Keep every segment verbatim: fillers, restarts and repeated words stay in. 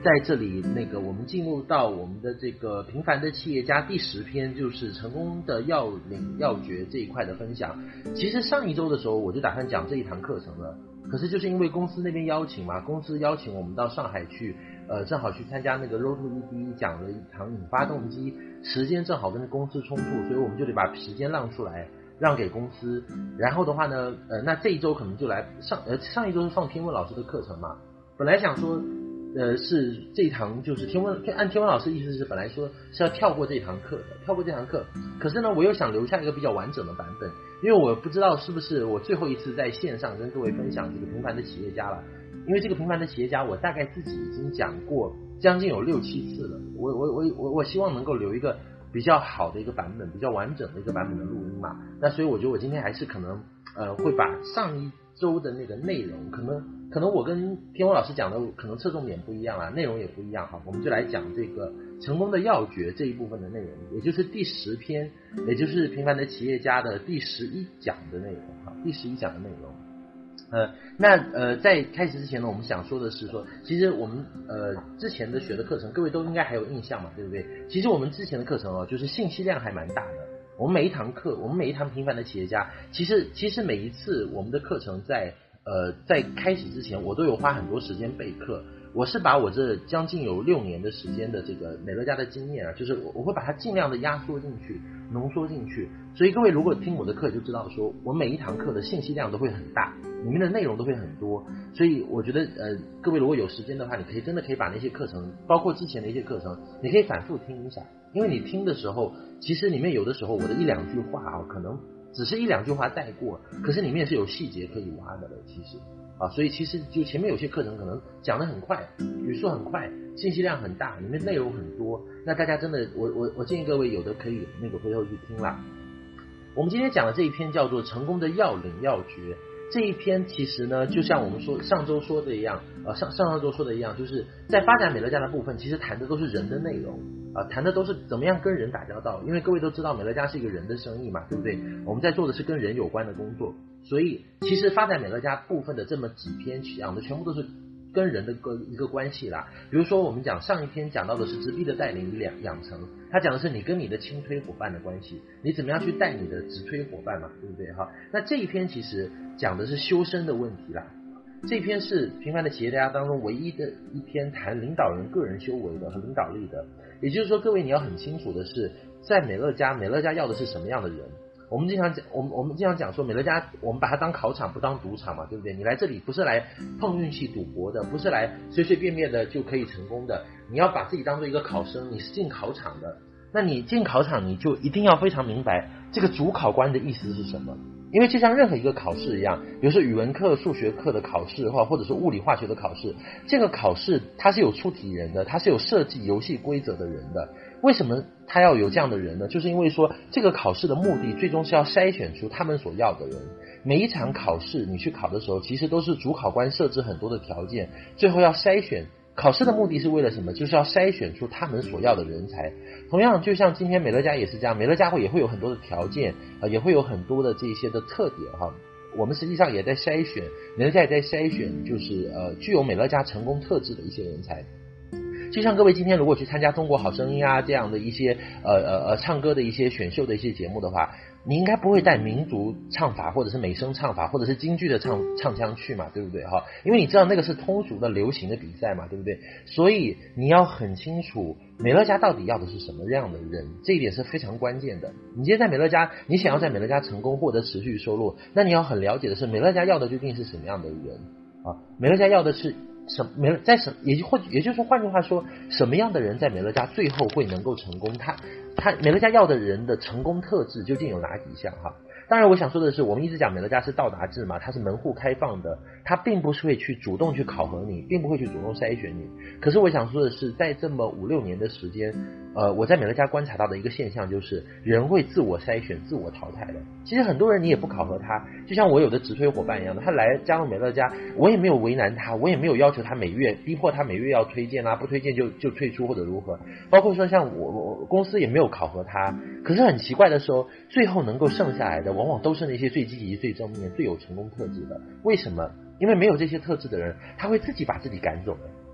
在这里那个我们进入到我们的这个平凡的企业家第十篇，就是成功的要领要诀这一块的分享。其实上一周的时候我就打算讲这一堂课程了，可是就是因为公司那边邀请嘛，公司邀请我们到上海去，呃，正好去参加那个 Road to E D 讲了一堂引发动机，时间正好跟公司冲突，所以我们就得把时间让出来，让给公司。然后的话呢，呃，那这一周可能就来上，呃，上一周是放天文老师的课程嘛，本来想说。呃，是这一堂就是天文，按天文老师的意思是本来说是要跳过这一堂课的，跳过这堂课。可是呢，我又想留下一个比较完整的版本，因为我不知道是不是我最后一次在线上跟各位分享这个平凡的企业家了。因为这个平凡的企业家，我大概自己已经讲过将近有六七次了。我我我我我希望能够留一个比较好的一个版本，比较完整的一个版本的录音嘛。那所以我觉得我今天还是可能呃会把上一周的那个内容可能。可能我跟天文老师讲的可能侧重点不一样啊，内容也不一样哈，我们就来讲这个成功的要诀这一部分的内容，也就是第十篇，也就是平凡的企业家的第十一讲的内容哈，第十一讲的内容。呃，那呃，在开始之前呢，我们想说的是说，其实我们呃之前的学的课程，各位都应该还有印象嘛，对不对？其实我们之前的课程哦，就是信息量还蛮大的。我们每一堂课，我们每一堂平凡的企业家，其实其实每一次我们的课程在。呃，在开始之前，我都有花很多时间备课。我是把我这将近有六年的时间的这个美乐家的经验啊，就是我我会把它尽量的压缩进去，浓缩进去。所以各位如果听我的课，就知道说我每一堂课的信息量都会很大，里面的内容都会很多。所以我觉得呃，各位如果有时间的话，你可以真的可以把那些课程，包括之前的一些课程，你可以反复听一下，因为你听的时候，其实里面有的时候我的一两句话啊，可能。只是一两句话带过，可是里面是有细节可以挖的了，其实啊，所以其实就前面有些课程可能讲得很快，语速很快，信息量很大，里面内容很多，那大家真的，我我我建议各位有的可以那个回头去听啦。我们今天讲的这一篇叫做《成功的要领要诀》，这一篇其实呢，就像我们说上周说的一样，呃上上上周说的一样，就是在发展美乐家的部分，其实谈的都是人的内容。啊，谈的都是怎么样跟人打交道，因为各位都知道美乐家是一个人的生意嘛，对不对？我们在做的是跟人有关的工作，所以其实发展美乐家部分的这么几篇讲的全部都是跟人的个一个关系啦。比如说我们讲上一篇讲到的是直逼的带领与养养成，他讲的是你跟你的轻推伙伴的关系，你怎么样去带你的直推伙伴嘛，对不对哈？那这一篇其实讲的是修身的问题啦。这篇是平凡的企业家当中唯一的一篇谈领导人个人修为的和领导力的。也就是说，各位你要很清楚的是，在美乐家，美乐家要的是什么样的人？我们经常讲，我们我们经常讲说，美乐家我们把它当考场，不当赌场嘛，对不对？你来这里不是来碰运气赌博的，不是来随随便便的就可以成功的，你要把自己当做一个考生，你是进考场的。那你进考场，你就一定要非常明白这个主考官的意思是什么。因为就像任何一个考试一样，比如说语文课、数学课的考试，或或者是物理化学的考试，这个考试它是有出题人的，它是有设计游戏规则的人的。为什么他要有这样的人呢？就是因为说这个考试的目的最终是要筛选出他们所要的人。每一场考试你去考的时候，其实都是主考官设置很多的条件，最后要筛选。考试的目的是为了什么？就是要筛选出他们所要的人才。同样就像今天美乐家也是这样，美乐家会也会有很多的条件、呃、也会有很多的这些的特点哈。我们实际上也在筛选，美乐家也在筛选，就是呃具有美乐家成功特质的一些人才。就像各位今天如果去参加中国好声音啊这样的一些呃呃呃唱歌的一些选秀的一些节目的话，你应该不会带民族唱法或者是美声唱法或者是京剧的唱唱腔去嘛，对不对哈？因为你知道那个是通俗的流行的比赛嘛，对不对？所以你要很清楚美乐家到底要的是什么样的人，这一点是非常关键的。你今天在美乐家，你想要在美乐家成功获得持续收入，那你要很了解的是美乐家要的究竟是什么样的人啊？美乐家要的是什美乐在什也就或也就是说换句话说，什么样的人在美乐家最后会能够成功？他他美乐家要的人的成功特质究竟有哪几项哈？当然我想说的是，我们一直讲美乐家是到达制嘛，它是门户开放的，它并不是会去主动去考核你，并不会去主动筛选你。可是我想说的是，在这么五六年的时间，呃，我在美乐家观察到的一个现象就是人会自我筛选、自我淘汰的。其实很多人你也不考核他，就像我有的直推伙伴一样的，他来加入美乐家，我也没有为难他，我也没有要求他每月逼迫他每月要推荐啊，不推荐就就退出或者如何。包括说像我我公司也没有考核他，可是很奇怪的时候，最后能够剩下来的往往都是那些最积极、最正面、最有成功特质的。为什么？因为没有这些特质的人，他会自己把自己赶走的。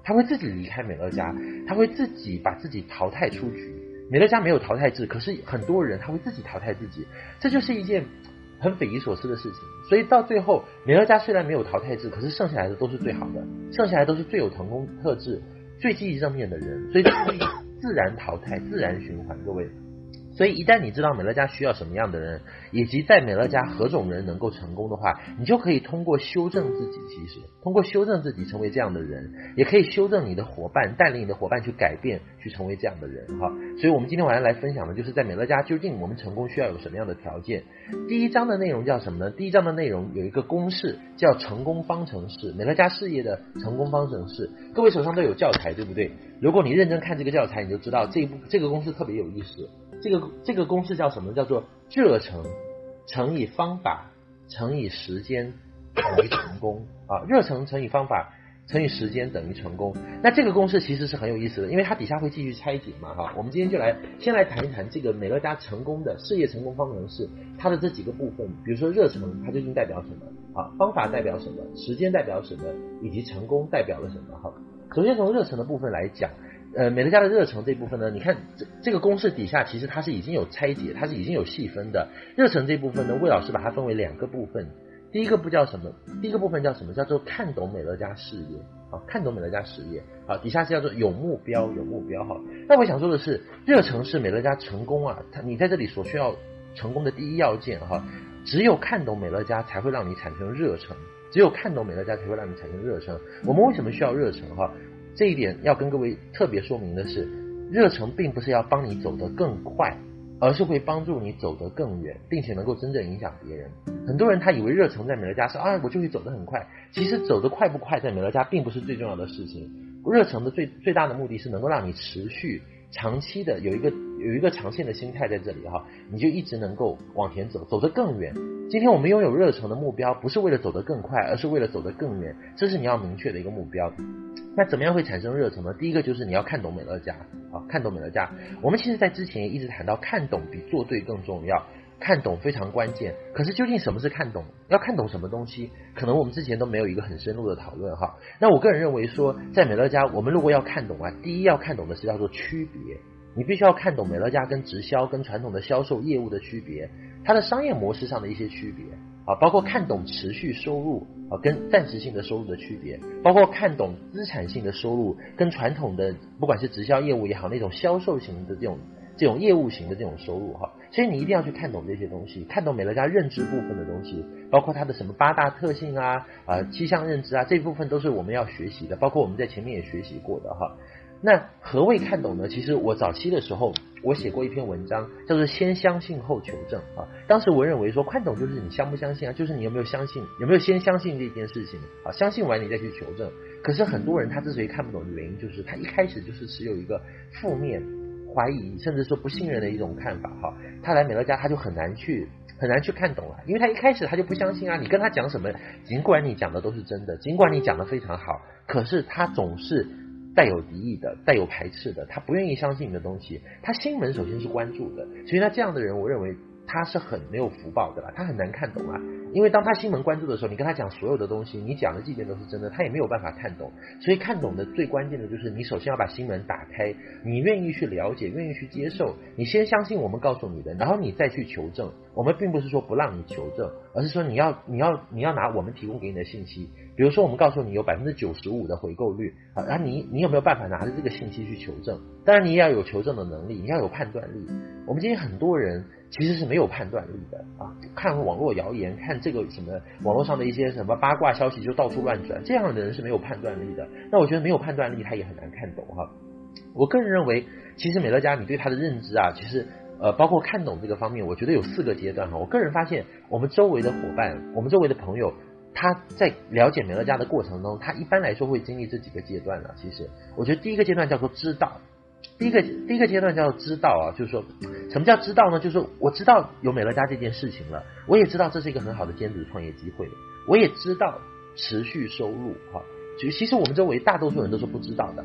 他会自己离开美乐家，他会自己把自己淘汰出局。美乐家没有淘汰制，可是很多人他会自己淘汰自己，这就是一件很匪夷所思的事情。所以到最后，美乐家虽然没有淘汰制，可是剩下来的都是最好的，剩下来都是最有成功特质、最积极正面的人，所以自然淘汰、自然循环。各位，所以一旦你知道美乐家需要什么样的人，以及在美乐家何种人能够成功的话，你就可以通过修正自己，其实通过修正自己成为这样的人，也可以修正你的伙伴，带领你的伙伴去改变，去成为这样的人哈。所以我们今天晚上来分享的就是在美乐家究竟我们成功需要有什么样的条件。第一章的内容叫什么呢？第一章的内容有一个公式叫成功方程式，美乐家事业的成功方程式。各位手上都有教材对不对？如果你认真看这个教材，你就知道这一部这个公式特别有意思。这个这个公式叫什么？叫做热忱乘以方法乘以时间等于成功啊！热忱乘以方法乘以时间等于成功。那这个公式其实是很有意思的，因为它底下会继续拆解嘛哈。我们今天就来先来谈一谈这个美乐家成功的事业成功方程式，它的这几个部分，比如说热忱它究竟代表什么啊？方法代表什么？时间代表什么？以及成功代表了什么哈？首先从热忱的部分来讲。呃，美乐家的热忱这部分呢，你看这这个公式底下其实它是已经有拆解，它是已经有细分的。热忱这部分呢，魏老师把它分为两个部分。第一个部叫什么？第一个部分叫什么？叫做看懂美乐家事业啊，看懂美乐家事业啊，底下是叫做有目标，有目标哈。那我想说的是，热忱是美乐家成功啊，它你在这里所需要成功的第一要件哈，只有看懂美乐家才会让你产生热忱，只有看懂美乐家才会让你产生热忱。我们为什么需要热忱哈？这一点要跟各位特别说明的是，热忱并不是要帮你走得更快，而是会帮助你走得更远，并且能够真正影响别人。很多人他以为热忱在美乐家是啊，我就会走得很快，其实走得快不快在美乐家并不是最重要的事情。热忱的最最大的目的是能够让你持续长期的有一个有一个长线的心态在这里哈，你就一直能够往前走，走得更远。今天我们拥有热忱的目标，不是为了走得更快，而是为了走得更远，这是你要明确的一个目标。那怎么样会产生热忱呢？第一个就是你要看懂美乐家啊，看懂美乐家。我们其实在之前也一直谈到，看懂比做对更重要，看懂非常关键。可是究竟什么是看懂？要看懂什么东西？可能我们之前都没有一个很深入的讨论哈。那我个人认为说，在美乐家，我们如果要看懂啊，第一要看懂的是叫做区别。你必须要看懂美乐家跟直销跟传统的销售业务的区别，它的商业模式上的一些区别啊，包括看懂持续收入啊跟暂时性的收入的区别，包括看懂资产性的收入跟传统的不管是直销业务也好，那种销售型的这种这种业务型的这种收入哈，所以你一定要去看懂这些东西，看懂美乐家认知部分的东西，包括它的什么八大特性啊啊七项认知啊，这部分都是我们要学习的，包括我们在前面也学习过的哈。那何谓看懂呢？其实我早期的时候我写过一篇文章叫做先相信后求证啊。当时我认为说看懂就是你相不相信啊，就是你有没有相信，有没有先相信这件事情啊，相信完你再去求证。可是很多人他之所以看不懂的原因，就是他一开始就是持有一个负面怀疑甚至说不信任的一种看法哈，他来美乐家他就很难去很难去看懂了，因为他一开始他就不相信啊，你跟他讲什么，尽管你讲的都是真的，尽管你讲的非常好，可是他总是带有敌意的，带有排斥的，他不愿意相信你的东西，他心门首先是关注的，所以他这样的人我认为他是很没有福报的啦，他很难看懂啊。因为当他心门关注的时候，你跟他讲所有的东西，你讲的即便都是真的，他也没有办法看懂。所以看懂的最关键的就是你首先要把心门打开，你愿意去了解，愿意去接受，你先相信我们告诉你的，然后你再去求证。我们并不是说不让你求证，而是说你要你要你要拿我们提供给你的信息，比如说我们告诉你有 百分之九十五 的回购率啊，然后你你有没有办法拿着这个信息去求证？当然你也要有求证的能力，你要有判断力。我们今天很多人其实是没有判断力的啊，看网络谣言，看这个什么网络上的一些什么八卦消息就到处乱转，这样的人是没有判断力的。那我觉得没有判断力他也很难看懂哈。我个人认为其实美乐家你对他的认知啊，其实呃包括看懂这个方面，我觉得有四个阶段哈。我个人发现我们周围的伙伴，我们周围的朋友，他在了解美乐家的过程中，他一般来说会经历这几个阶段了。其实我觉得第一个阶段叫做知道，第一个第一个阶段叫做知道啊，就是说什么叫知道呢？就是说我知道有美乐家这件事情了，我也知道这是一个很好的兼职创业机会，我也知道持续收入哈。其实我们周围大多数人都是不知道的，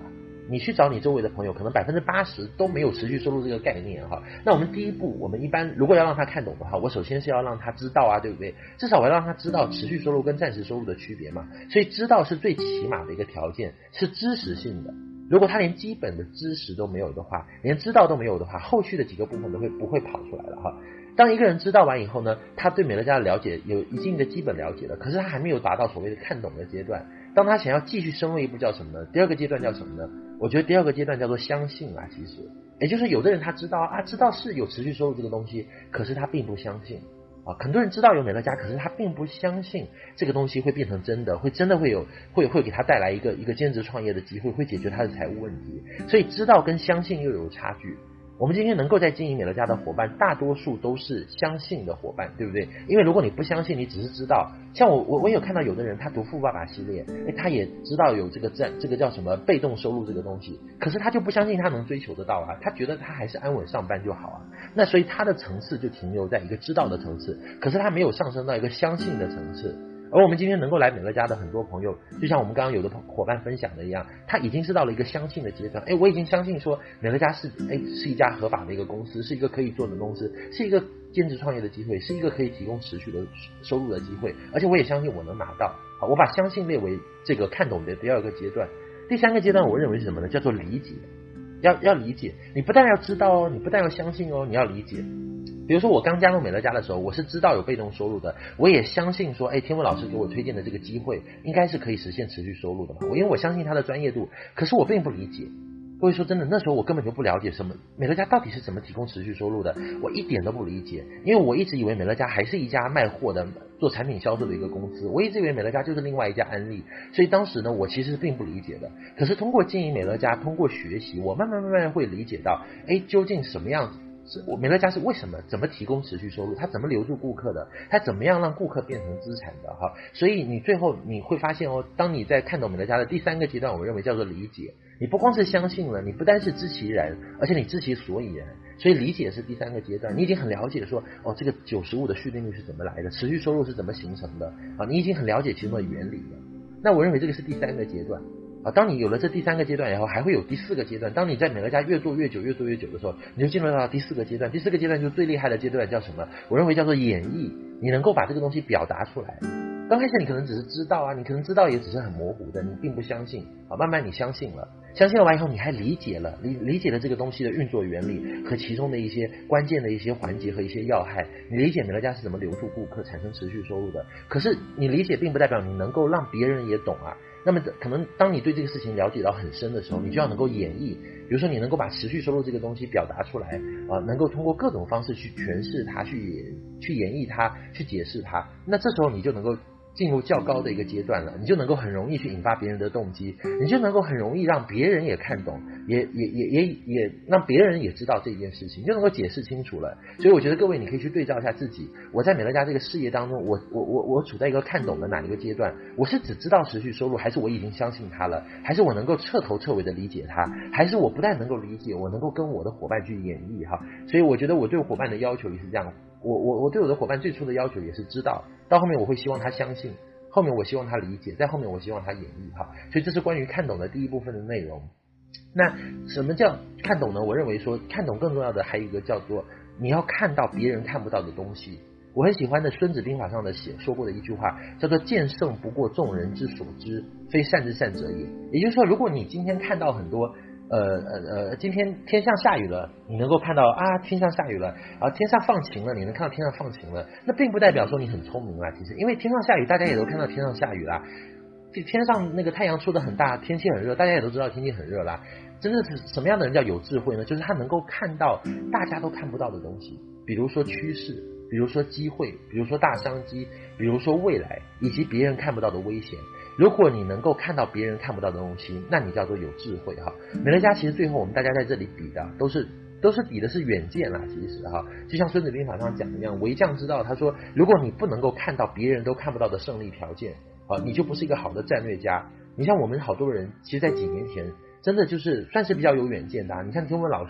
你去找你周围的朋友，可能百分之八十都没有持续收入这个概念哈。那我们第一步，我们一般如果要让他看懂的话，我首先是要让他知道啊，对不对？至少我要让他知道持续收入跟暂时收入的区别嘛。所以知道是最起码的一个条件，是知识性的。如果他连基本的知识都没有的话，连知道都没有的话，后续的几个部分都会不会跑出来了哈。当一个人知道完以后呢，他对美乐家的了解有一定的基本了解了，可是他还没有达到所谓的看懂的阶段。当他想要继续深入一步叫什么呢？第二个阶段叫什么呢？我觉得第二个阶段叫做相信啊，其实也就是有的人他知道啊，知道是有持续收入这个东西，可是他并不相信啊。很多人知道有美乐家，可是他并不相信这个东西会变成真的，会真的会有会会给他带来一个一个兼职创业的机会，会解决他的财务问题。所以知道跟相信又有差距。我们今天能够在经营美乐家的伙伴，大多数都是相信的伙伴，对不对？因为如果你不相信，你只是知道，像我我我有看到有的人他读富爸爸系列，诶他也知道有这个这这个叫什么被动收入这个东西，可是他就不相信他能追求得到啊，他觉得他还是安稳上班就好啊。那所以他的层次就停留在一个知道的层次，可是他没有上升到一个相信的层次。而我们今天能够来美乐家的很多朋友，就像我们刚刚有的伙伴分享的一样，他已经是到了一个相信的阶段。哎，我已经相信说美乐家是哎是一家合法的一个公司，是一个可以做的公司，是一个兼职创业的机会，是一个可以提供持续的收入的机会，而且我也相信我能拿到。好，我把相信列为这个看懂的第二个阶段。第三个阶段我认为是什么呢？叫做理解。要要理解，你不但要知道哦，你不但要相信哦，你要理解。比如说我刚加入美乐家的时候，我是知道有被动收入的，我也相信说，哎，天文老师给我推荐的这个机会应该是可以实现持续收入的嘛，我因为我相信他的专业度，可是我并不理解。各位说真的，那时候我根本就不了解什么美乐家到底是怎么提供持续收入的，我一点都不理解，因为我一直以为美乐家还是一家卖货的做产品销售的一个公司，我一直以为美乐家就是另外一家安利，所以当时呢我其实是并不理解的。可是通过经营美乐家，通过学习，我慢慢慢慢会理解到，哎，究竟什么样子我美乐家是为什么怎么提供持续收入，它怎么留住顾客的，它怎么样让顾客变成资产的哈。所以你最后你会发现哦，当你在看懂美乐家的第三个阶段，我认为叫做理解。你不光是相信了，你不单是知其然，而且你知其所以然。所以理解是第三个阶段，你已经很了解说哦，这个九十五的续订率是怎么来的，持续收入是怎么形成的啊，你已经很了解其中的原理了。那我认为这个是第三个阶段。啊，当你有了这第三个阶段以后，还会有第四个阶段。当你在美乐家越做越久，越做越久的时候，你就进入到第四个阶段。第四个阶段就是最厉害的阶段，叫什么？我认为叫做演绎。你能够把这个东西表达出来。刚开始你可能只是知道啊，你可能知道也只是很模糊的，你并不相信啊。慢慢你相信了，相信了完以后，你还理解了，理理解了这个东西的运作原理和其中的一些关键的一些环节和一些要害。你理解美乐家是怎么留住顾客、产生持续收入的。可是你理解并不代表你能够让别人也懂啊。那么可能当你对这个事情了解到很深的时候，你就要能够演绎，比如说你能够把持续收入这个东西表达出来啊，能够通过各种方式去诠释它，去演去演绎它，去解释它。那这时候你就能够进入较高的一个阶段了，你就能够很容易去引发别人的动机，你就能够很容易让别人也看懂，也也也也也让别人也知道这件事情，你就能够解释清楚了。所以我觉得各位你可以去对照一下自己，我在美乐家这个事业当中，我我我我处在一个看懂的哪一个阶段？我是只知道持续收入，还是我已经相信它了？还是我能够彻头彻尾的理解它？还是我不但能够理解，我能够跟我的伙伴去演绎哈？所以我觉得我对伙伴的要求也是这样，我我我对我的伙伴最初的要求也是知道，到后面我会希望他相信。后面我希望他理解，在后面我希望他演绎哈，所以这是关于看懂的第一部分的内容。那什么叫看懂呢？我认为说看懂更重要的还有一个叫做你要看到别人看不到的东西。我很喜欢的《孙子兵法》上的写说过的一句话，叫做见胜不过众人之所知，非善之善者也。也就是说，如果你今天看到很多呃呃呃，今天天上下雨了，你能够看到啊天上下雨了，啊天上放晴了，你能看到天上放晴了，那并不代表说你很聪明啦。其实因为天上下雨，大家也都看到天上下雨啦，天上那个太阳出的很大，天气很热，大家也都知道天气很热啦。真的是什么样的人叫有智慧呢？就是他能够看到大家都看不到的东西，比如说趋势，比如说机会，比如说大商机，比如说未来，以及别人看不到的危险。如果你能够看到别人看不到的东西，那你叫做有智慧哈。美乐家其实最后我们大家在这里比的都是都是比的是远见啦，其实哈，就像孙子兵法上讲的一样，为将之道，他说如果你不能够看到别人都看不到的胜利条件啊，你就不是一个好的战略家。你像我们好多人，其实在几年前真的就是算是比较有远见的啊。你像天文老师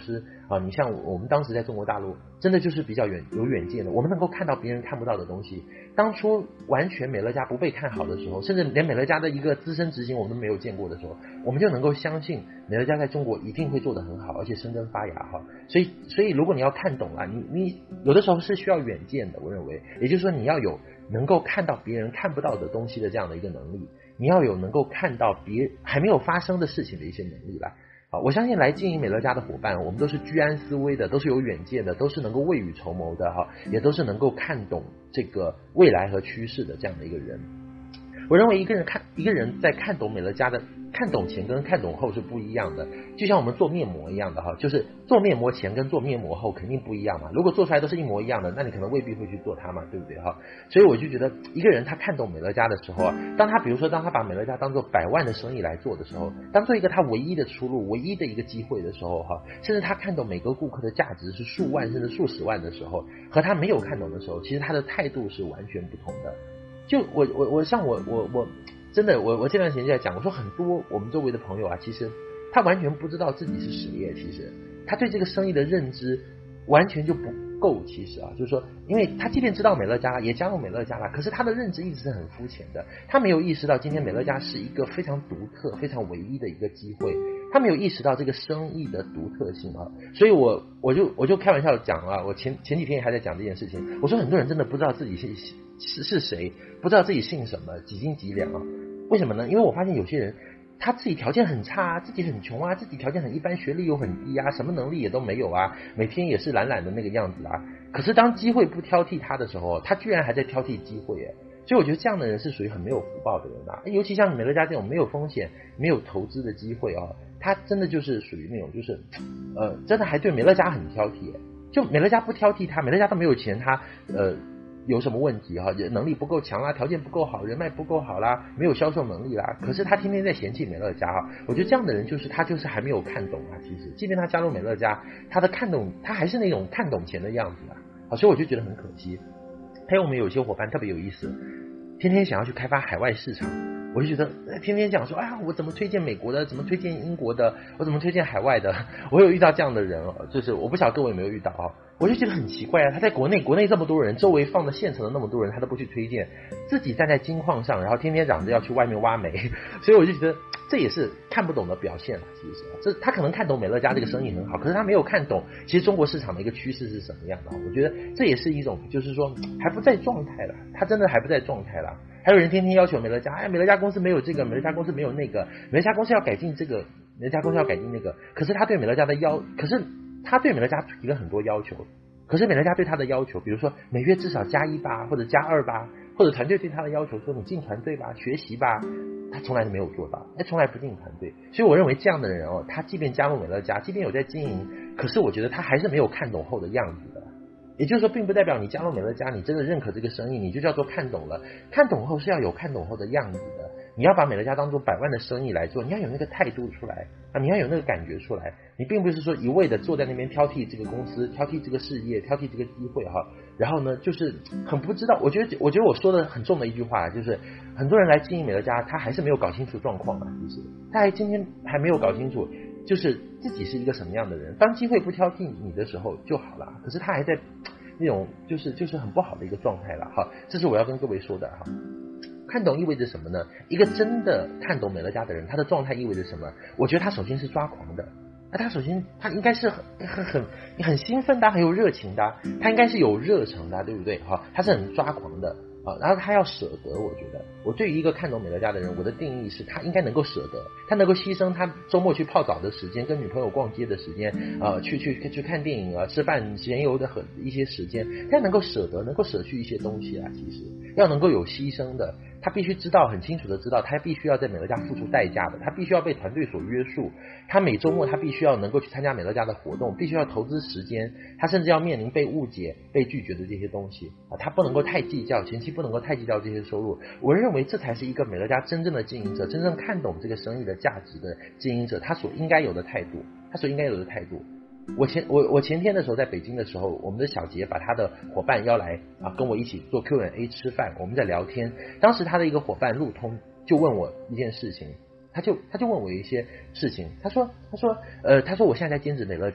啊，你像我们当时在中国大陆，真的就是比较远有远见的，我们能够看到别人看不到的东西。当初完全美乐家不被看好的时候，甚至连美乐家的一个资深执行我们都没有见过的时候，我们就能够相信美乐家在中国一定会做得很好，而且生根发芽哈。所以，所以如果你要看懂啊，你你有的时候是需要远见的，我认为，也就是说你要有能够看到别人看不到的东西的这样的一个能力，你要有能够看到别还没有发生的事情的一些能力来。好，我相信来经营美乐家的伙伴，我们都是居安思危的，都是有远见的，都是能够未雨绸缪的哈，也都是能够看懂这个未来和趋势的这样的一个人。我认为一个人看一个人在看懂美乐家的看懂前跟看懂后是不一样的，就像我们做面膜一样的哈，就是做面膜前跟做面膜后肯定不一样嘛。如果做出来都是一模一样的，那你可能未必会去做它嘛，对不对哈？所以我就觉得一个人他看懂美乐家的时候啊，当他比如说当他把美乐家当做百万的生意来做的时候，当做一个他唯一的出路、唯一的一个机会的时候哈，甚至他看懂每个顾客的价值是数万甚至数十万的时候，和他没有看懂的时候，其实他的态度是完全不同的。就我我我像我我我真的我我这段时间就在讲，我说很多我们周围的朋友啊，其实他完全不知道自己是实业，其实他对这个生意的认知完全就不够。其实啊，就是说，因为他即便知道美乐家，也加入美乐家了，可是他的认知一直是很肤浅的，他没有意识到今天美乐家是一个非常独特、非常唯一的一个机会。他没有意识到这个生意的独特性啊，所以我我就我就开玩笑讲啊，我前前几天也还在讲这件事情，我说很多人真的不知道自己是是是谁，不知道自己姓什么，几斤几两啊？为什么呢？因为我发现有些人他自己条件很差啊，自己很穷啊，自己条件很一般，学历又很低啊，什么能力也都没有啊，每天也是懒懒的那个样子啊。可是当机会不挑剔他的时候，他居然还在挑剔机会耶。所以我觉得这样的人是属于很没有福报的人啊，尤其像美乐家这种没有风险、没有投资的机会啊，他真的就是属于那种就是呃，真的还对美乐家很挑剔。就美乐家不挑剔他，美乐家都没有钱，他呃有什么问题哈？能力不够强啦，条件不够好，人脉不够好啦，没有销售能力啦。可是他天天在嫌弃美乐家哈，我觉得这样的人就是他就是还没有看懂啊。其实，即便他加入美乐家，他的看懂他还是那种看懂钱的样子啊。好，所以我就觉得很可惜。还有我们有些伙伴特别有意思，天天想要去开发海外市场，我就觉得天天讲说，哎呀，我怎么推荐美国的，怎么推荐英国的，我怎么推荐海外的。我有遇到这样的人哦，就是我不晓得各位有没有遇到哦，我就觉得很奇怪啊，他在国内国内这么多人，周围放的现成的那么多人，他都不去推荐，自己站在金矿上，然后天天嚷着要去外面挖煤。所以我就觉得这也是看不懂的表现了。其实这他可能看懂美乐家这个生意很好，可是他没有看懂其实中国市场的一个趋势是什么样的。我觉得这也是一种就是说还不在状态了，他真的还不在状态了。还有人天天要求美乐家，哎，美乐家公司没有这个，美乐家公司没有那个，美乐家公司要改进这个，美乐家公司要改进那个。可是他对美乐家的要，可是他对美乐家提了很多要求，可是美乐家对他的要求，比如说每月至少加一吧，或者加二吧，或者团队对他的要求说你进团队吧，学习吧，他从来都没有做到，他从来不进团队。所以我认为这样的人哦，他即便加入美乐家，即便有在经营，可是我觉得他还是没有看懂后的样子的。也就是说，并不代表你加入美乐家，你真的认可这个生意，你就叫做看懂了。看懂后是要有看懂后的样子的。你要把美乐家当做百万的生意来做，你要有那个态度出来啊，你要有那个感觉出来。你并不是说一味的坐在那边挑剔这个公司，挑剔这个事业，挑剔这个机会哈。然后呢，就是很不知道。我觉得，我觉得我说的很重的一句话，就是很多人来经营美乐家，他还是没有搞清楚状况嘛，其实他还今天还没有搞清楚。就是自己是一个什么样的人，当机会不挑剔你的时候就好了。可是他还在那种就是就是很不好的一个状态了哈，这是我要跟各位说的哈。看懂意味着什么呢？一个真的看懂美乐家的人，他的状态意味着什么？我觉得他首先是抓狂的，那他首先他应该是很很很很兴奋的，很有热情的，他应该是有热诚的，对不对哈？他是很抓狂的。啊，然后他要舍得，我觉得我对于一个看懂美乐家的人，我的定义是他应该能够舍得，他能够牺牲他周末去泡澡的时间，跟女朋友逛街的时间，呃，去去去看电影啊，吃饭闲游的很一些时间，他能够舍得，能够舍去一些东西啊，其实要能够有牺牲的，他必须知道很清楚的知道，他必须要在美乐家付出代价的，他必须要被团队所约束，他每周末他必须要能够去参加美乐家的活动，必须要投资时间，他甚至要面临被误解、被拒绝的这些东西啊，他不能够太计较，前期不能够太计较这些收入。我认为这才是一个美乐家真正的经营者，真正看懂这个生意的价值的经营者，他所应该有的态度，他所应该有的态度。我前我我前天的时候在北京的时候，我们的小杰把他的伙伴邀来啊，跟我一起做 Q and A 吃饭，我们在聊天。当时他的一个伙伴路通就问我一件事情，他就他就问我一些事情，他说他说呃他说我现在在兼职美乐家，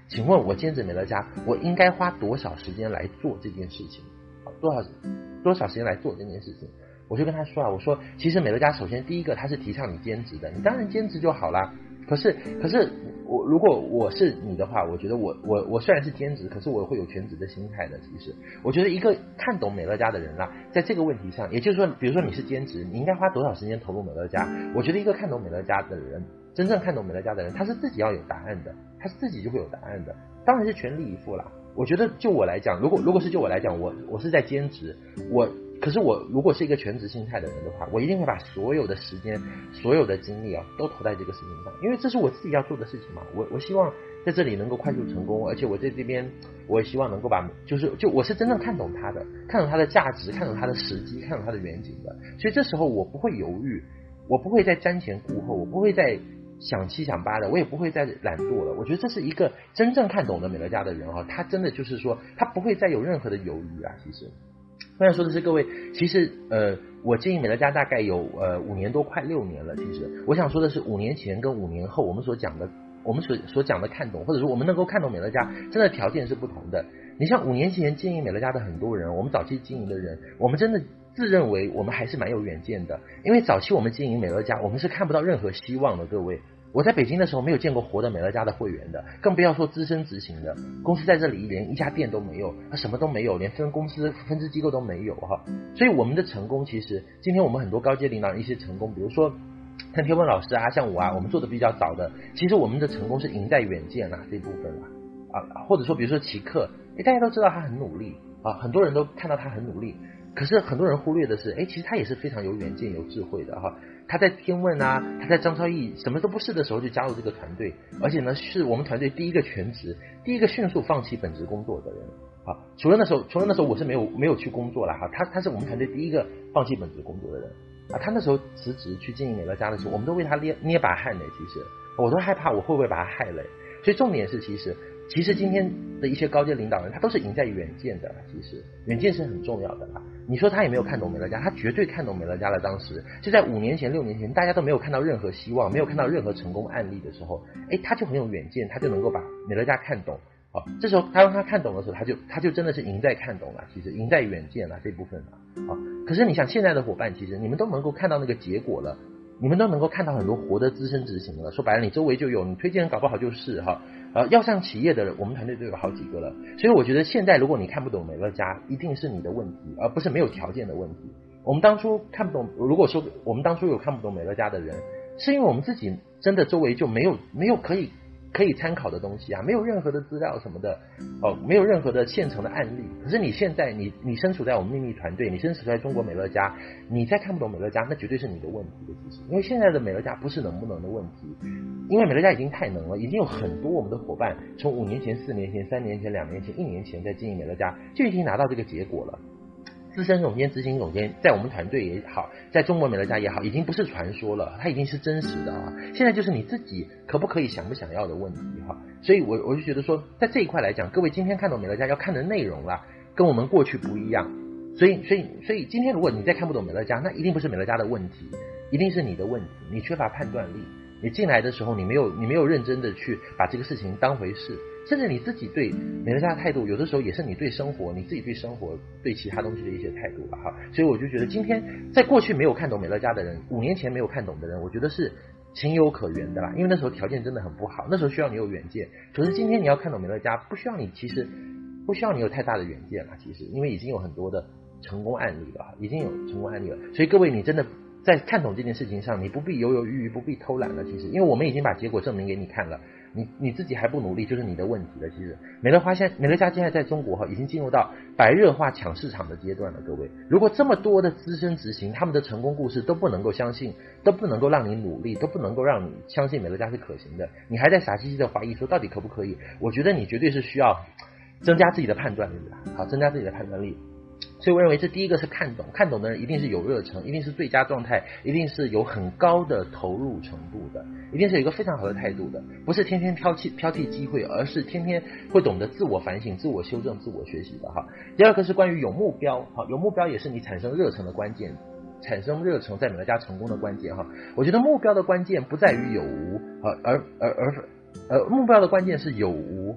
请问我兼职美乐家，我应该花多少时间来做这件事情？多少多少时间来做这件事情？我就跟他说啊，我说其实美乐家首先第一个它是提倡你兼职的，你当然兼职就好啦。可是可是我如果我是你的话，我觉得我我我虽然是兼职，可是我会有全职的心态的。其实我觉得一个看懂美乐家的人啦，在这个问题上，也就是说，比如说你是兼职，你应该花多少时间投入美乐家？我觉得一个看懂美乐家的人，真正看懂美乐家的人，他是自己要有答案的，他是自己就会有答案的，当然是全力以赴啦。我觉得就我来讲，如果如果是就我来讲，我我是在兼职，我可是我如果是一个全职心态的人的话，我一定会把所有的时间、所有的精力啊，都投在这个事情上，因为这是我自己要做的事情嘛。我我希望在这里能够快速成功，而且我在这边，我也希望能够把，就是就我是真正看懂它的，看懂它的价值，看懂它的时机，看懂它的远景的。所以这时候我不会犹豫，我不会再瞻前顾后，我不会再想七想八的，我也不会再懒惰了。我觉得这是一个真正看懂的美乐家的人啊，他真的就是说，他不会再有任何的犹豫啊。其实我想说的是，各位，其实呃，我经营美乐家大概有呃五年多，快六年了。其实我想说的是，五年前跟五年后，我们所讲的，我们所所讲的看懂，或者说我们能够看懂美乐家，真的条件是不同的。你像五年前经营美乐家的很多人，我们早期经营的人，我们真的自认为我们还是蛮有远见的，因为早期我们经营美乐家，我们是看不到任何希望的。各位，我在北京的时候没有见过活的美乐家的会员的，更不要说资深执行的。公司在这里连一家店都没有，什么都没有，连分公司分支机构都没有哈。所以我们的成功，其实今天我们很多高阶领导人一些成功，比如说像天文老师啊，像我啊，我们做的比较早的，其实我们的成功是赢在远见啊这一部分啊啊，或者说比如说奇克，诶大家都知道他很努力啊，很多人都看到他很努力，可是很多人忽略的是，诶其实他也是非常有远见有智慧的哈。他在天问啊，他在张超毅什么都不是的时候就加入这个团队，而且呢是我们团队第一个全职，第一个迅速放弃本职工作的人啊。除了那时候，除了那时候我是没有没有去工作了哈，他他是我们团队第一个放弃本职工作的人啊。他那时候辞职去经营美乐家的时候，我们都为他捏捏把汗呢。其实我都害怕我会不会把他害了。所以重点是，其实其实今天的一些高阶领导人，他都是赢在远见的。其实远见是很重要的啦。你说他也没有看懂美乐家，他绝对看懂美乐家了。当时就在五年前、六年前，大家都没有看到任何希望，没有看到任何成功案例的时候，哎，他就很有远见，他就能够把美乐家看懂。好，这时候他让他看懂的时候，他就他就真的是赢在看懂了，其实赢在远见了这部分了。好，可是你想现在的伙伴，其实你们都能够看到那个结果了。你们都能够看到很多活的资深执行了，说白了你周围就有，你推荐人搞不好就是哈，呃，要上企业的人，我们团队都有好几个了。所以我觉得现在如果你看不懂美乐家，一定是你的问题，而不是没有条件的问题。我们当初看不懂，如果说我们当初有看不懂美乐家的人，是因为我们自己真的周围就没有没有可以可以参考的东西啊，没有任何的资料什么的哦，没有任何的现成的案例。可是你现在你你身处在我们秘密团队，你身处在中国美乐家，你再看不懂美乐家，那绝对是你的问题的。其实因为现在的美乐家不是能不能的问题，因为美乐家已经太能了，已经有很多我们的伙伴从五年前、四年前、三年前、两年前、一年前在经营美乐家就已经拿到这个结果了。资深总监、执行总监在我们团队也好，在中国美乐家也好，已经不是传说了，它已经是真实的啊！现在就是你自己可不可以、想不想要的问题哈。所以我我就觉得说，在这一块来讲，各位今天看懂美乐家要看的内容啦，跟我们过去不一样。所以所以所以今天如果你再看不懂美乐家，那一定不是美乐家的问题，一定是你的问题，你缺乏判断力。你进来的时候，你没有你没有认真的去把这个事情当回事。甚至你自己对美乐家的态度，有的时候也是你对生活，你自己对生活、对其他东西的一些态度了哈。所以我就觉得，今天在过去没有看懂美乐家的人，五年前没有看懂的人，我觉得是情有可原的啦。因为那时候条件真的很不好，那时候需要你有远见。可是今天你要看懂美乐家，不需要你，其实不需要你有太大的远见了。其实因为已经有很多的成功案例了，已经有成功案例了。所以各位，你真的在看懂这件事情上，你不必犹犹豫豫，不必偷懒了。其实因为我们已经把结果证明给你看了。你你自己还不努力，就是你的问题了。其实美乐花现美乐家现在在中国哈，已经进入到白热化抢市场的阶段了。各位，如果这么多的资深执行，他们的成功故事都不能够相信，都不能够让你努力，都不能够让你相信美乐家是可行的，你还在傻兮兮的怀疑说到底可不可以？我觉得你绝对是需要增加自己的判断力的，好，增加自己的判断力。所以我认为这第一个是看懂，看懂的人一定是有热忱，一定是最佳状态，一定是有很高的投入程度的，一定是有一个非常好的态度的，不是天天挑剔挑剔机会，而是天天会懂得自我反省、自我修正、自我学习的哈。第二个是关于有目标，哈，有目标也是你产生热忱的关键，产生热忱在美乐家成功的关键哈。我觉得目标的关键不在于有无，而而而而呃目标的关键是有无。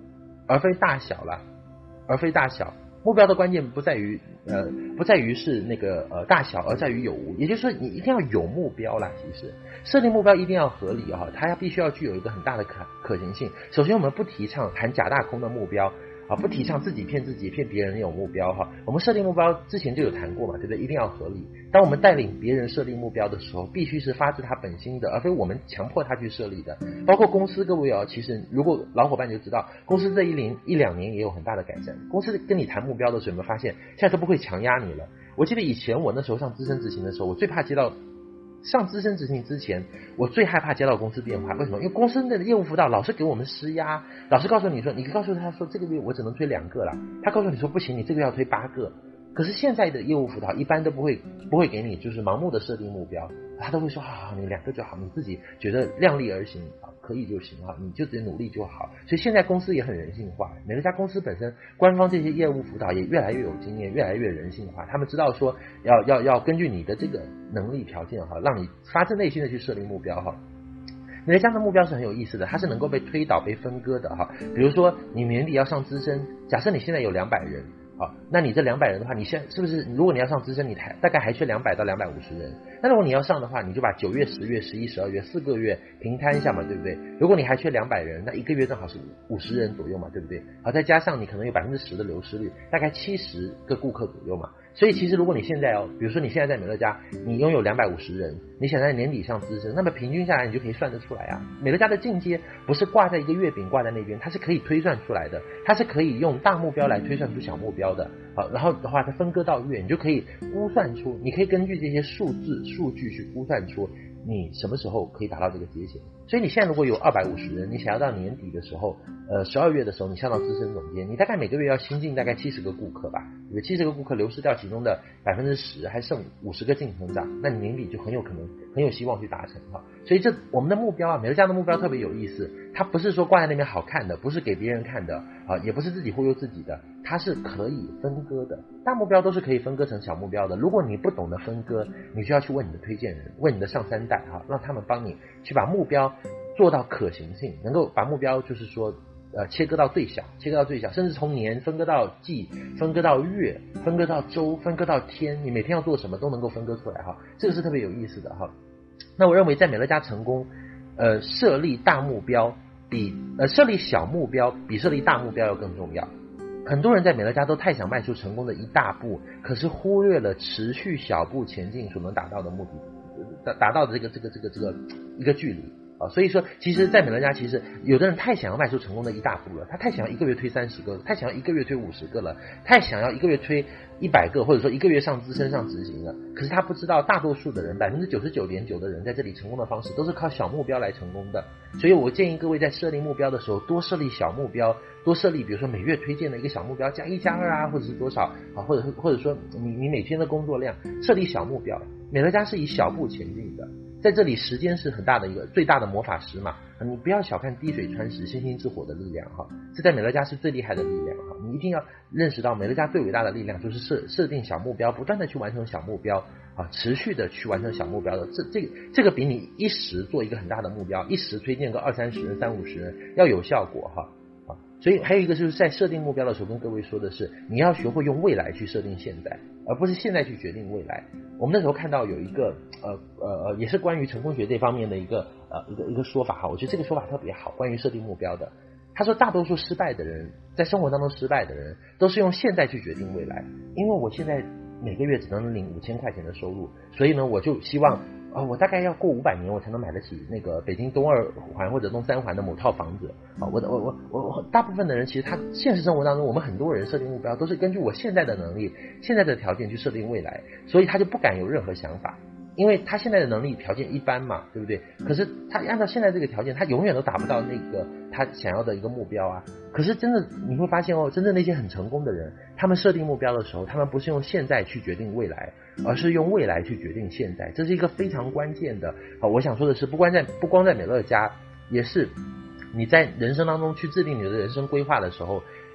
而非大小啦，而非大小。目标的关键不在于呃不在于是那个呃大小，而在于有无。也就是说，你一定要有目标啦。其实设定目标一定要合理哈，它要必须要具有一个很大的可可行性。首先，我们不提倡含假大空的目标。啊，不提倡自己骗自己骗别人有目标哈。我们设定目标之前就有谈过嘛，对不对？一定要合理。当我们带领别人设立目标的时候，必须是发自他本心的，而非我们强迫他去设立的。包括公司各位哦，其实如果老伙伴就知道，公司这一年一两年也有很大的改善。公司跟你谈目标的时候，有没有发现现在都不会强压你了？我记得以前我那时候上资深执行的时候，我最怕接到。上资深执行之前，我最害怕接到公司电话。为什么？因为公司的业务辅导老是给我们施压，老是告诉你说，你告诉他说这个月我只能推两个了，他告诉你说不行，你这个月要推八个。可是现在的业务辅导一般都不会不会给你就是盲目的设定目标，他都会说好，你两个就好，你自己觉得量力而行啊，可以就行啊，你就直接努力就好。所以现在公司也很人性化，每个家公司本身官方这些业务辅导也越来越有经验，越来越人性化。他们知道说要要要根据你的这个能力条件哈，让你发自内心的去设定目标哈。每个家的目标是很有意思的，它是能够被推导、被分割的哈。比如说你年底要上资深，假设你现在有两百人。好，那你这两百人的话，你现是不是如果你要上资深，你还大概还缺两百到两百五十人？那如果你要上的话，你就把九月、十月、十一、十二月四个月平摊一下嘛，对不对？如果你还缺两百人，那一个月正好是五十人左右嘛，对不对？好，再加上你可能有百分之十的流失率，大概七十个顾客左右嘛。所以其实如果你现在哦，比如说你现在在美乐家，你拥有两百五十人，你想在年底上资深，那么平均下来你就可以算得出来啊。美乐家的进阶不是挂在一个月饼挂在那边，它是可以推算出来的，它是可以用大目标来推算出小目标的。好，然后的话它分割到月，你就可以估算出，你可以根据这些数字数据去估算出你什么时候可以达到这个节点。所以你现在如果有二百五十人，你想要到年底的时候，呃十二月的时候你上到资深总监，你大概每个月要新进大概七十个顾客吧，有七十个顾客流失掉其中的百分之十，还剩五十个净成长，那你年底就很有可能很有希望去达成哈。所以这我们的目标啊，美乐家的目标特别有意思，它不是说挂在那边好看的，不是给别人看的啊，也不是自己忽悠自己的，它是可以分割的。大目标都是可以分割成小目标的，如果你不懂得分割，你就要去问你的推荐人，问你的上三代哈，让他们帮你去把目标做到可行性，能够把目标就是说呃切割到最小，切割到最小，甚至从年分割到季，分割到月，分割到周，分割到天，你每天要做什么都能够分割出来哈，这个是特别有意思的哈。那我认为在美乐家成功，呃设立大目标比呃设立小目标比设立大目标要更重要。很多人在美乐家都太想迈出成功的一大步，可是忽略了持续小步前进所能达到的目的，达达到的这个这个这个这个一个距离啊。所以说其实在美乐家，其实有的人太想要迈出成功的一大步了，他太想要一个月推三十个，太想要一个月推五十个了，太想要一个月推一百个，或者说一个月上资深上执行了。可是他不知道大多数的人 百分之九十九点九 的人在这里成功的方式都是靠小目标来成功的。所以我建议各位在设立目标的时候多设立小目标，多设立比如说每月推荐的一个小目标加一加二啊，或者是多少啊，或者或者说你你每天的工作量，设立小目标。美乐家是以小步前进的，在这里时间是很大的一个最大的魔法师嘛，你不要小看滴水穿石星星之火的力量哈，这在美乐家是最厉害的力量哈，你一定要认识到美乐家最伟大的力量就是设设定小目标，不断的去完成小目标啊，持续的去完成小目标的，这这个这个比你一时做一个很大的目标，一时推荐个二三十人三五十人要有效果哈。所以还有一个就是在设定目标的时候跟各位说的是，你要学会用未来去设定现在，而不是现在去决定未来。我们那时候看到有一个呃呃也是关于成功学这方面的一个呃一个一个说法哈，我觉得这个说法特别好，关于设定目标的。他说大多数失败的人，在生活当中失败的人都是用现在去决定未来，因为我现在每个月只能领五千块钱的收入，所以呢我就希望啊、哦，我大概要过五百年我才能买得起那个北京东二环或者东三环的某套房子啊、哦！我我我我我大部分的人其实他现实生活当中，我们很多人设定目标都是根据我现在的能力、现在的条件去设定未来，所以他就不敢有任何想法，因为他现在的能力条件一般嘛，对不对？可是他按照现在这个条件，他永远都达不到那个他想要的一个目标啊。可是真的你会发现哦，真正那些很成功的人，他们设定目标的时候，他们不是用现在去决定未来，而是用未来去决定现在，这是一个非常关键的。好，我想说的是，不光在不光在美乐家，也是你在人生当中去制定你的人生规划的时候，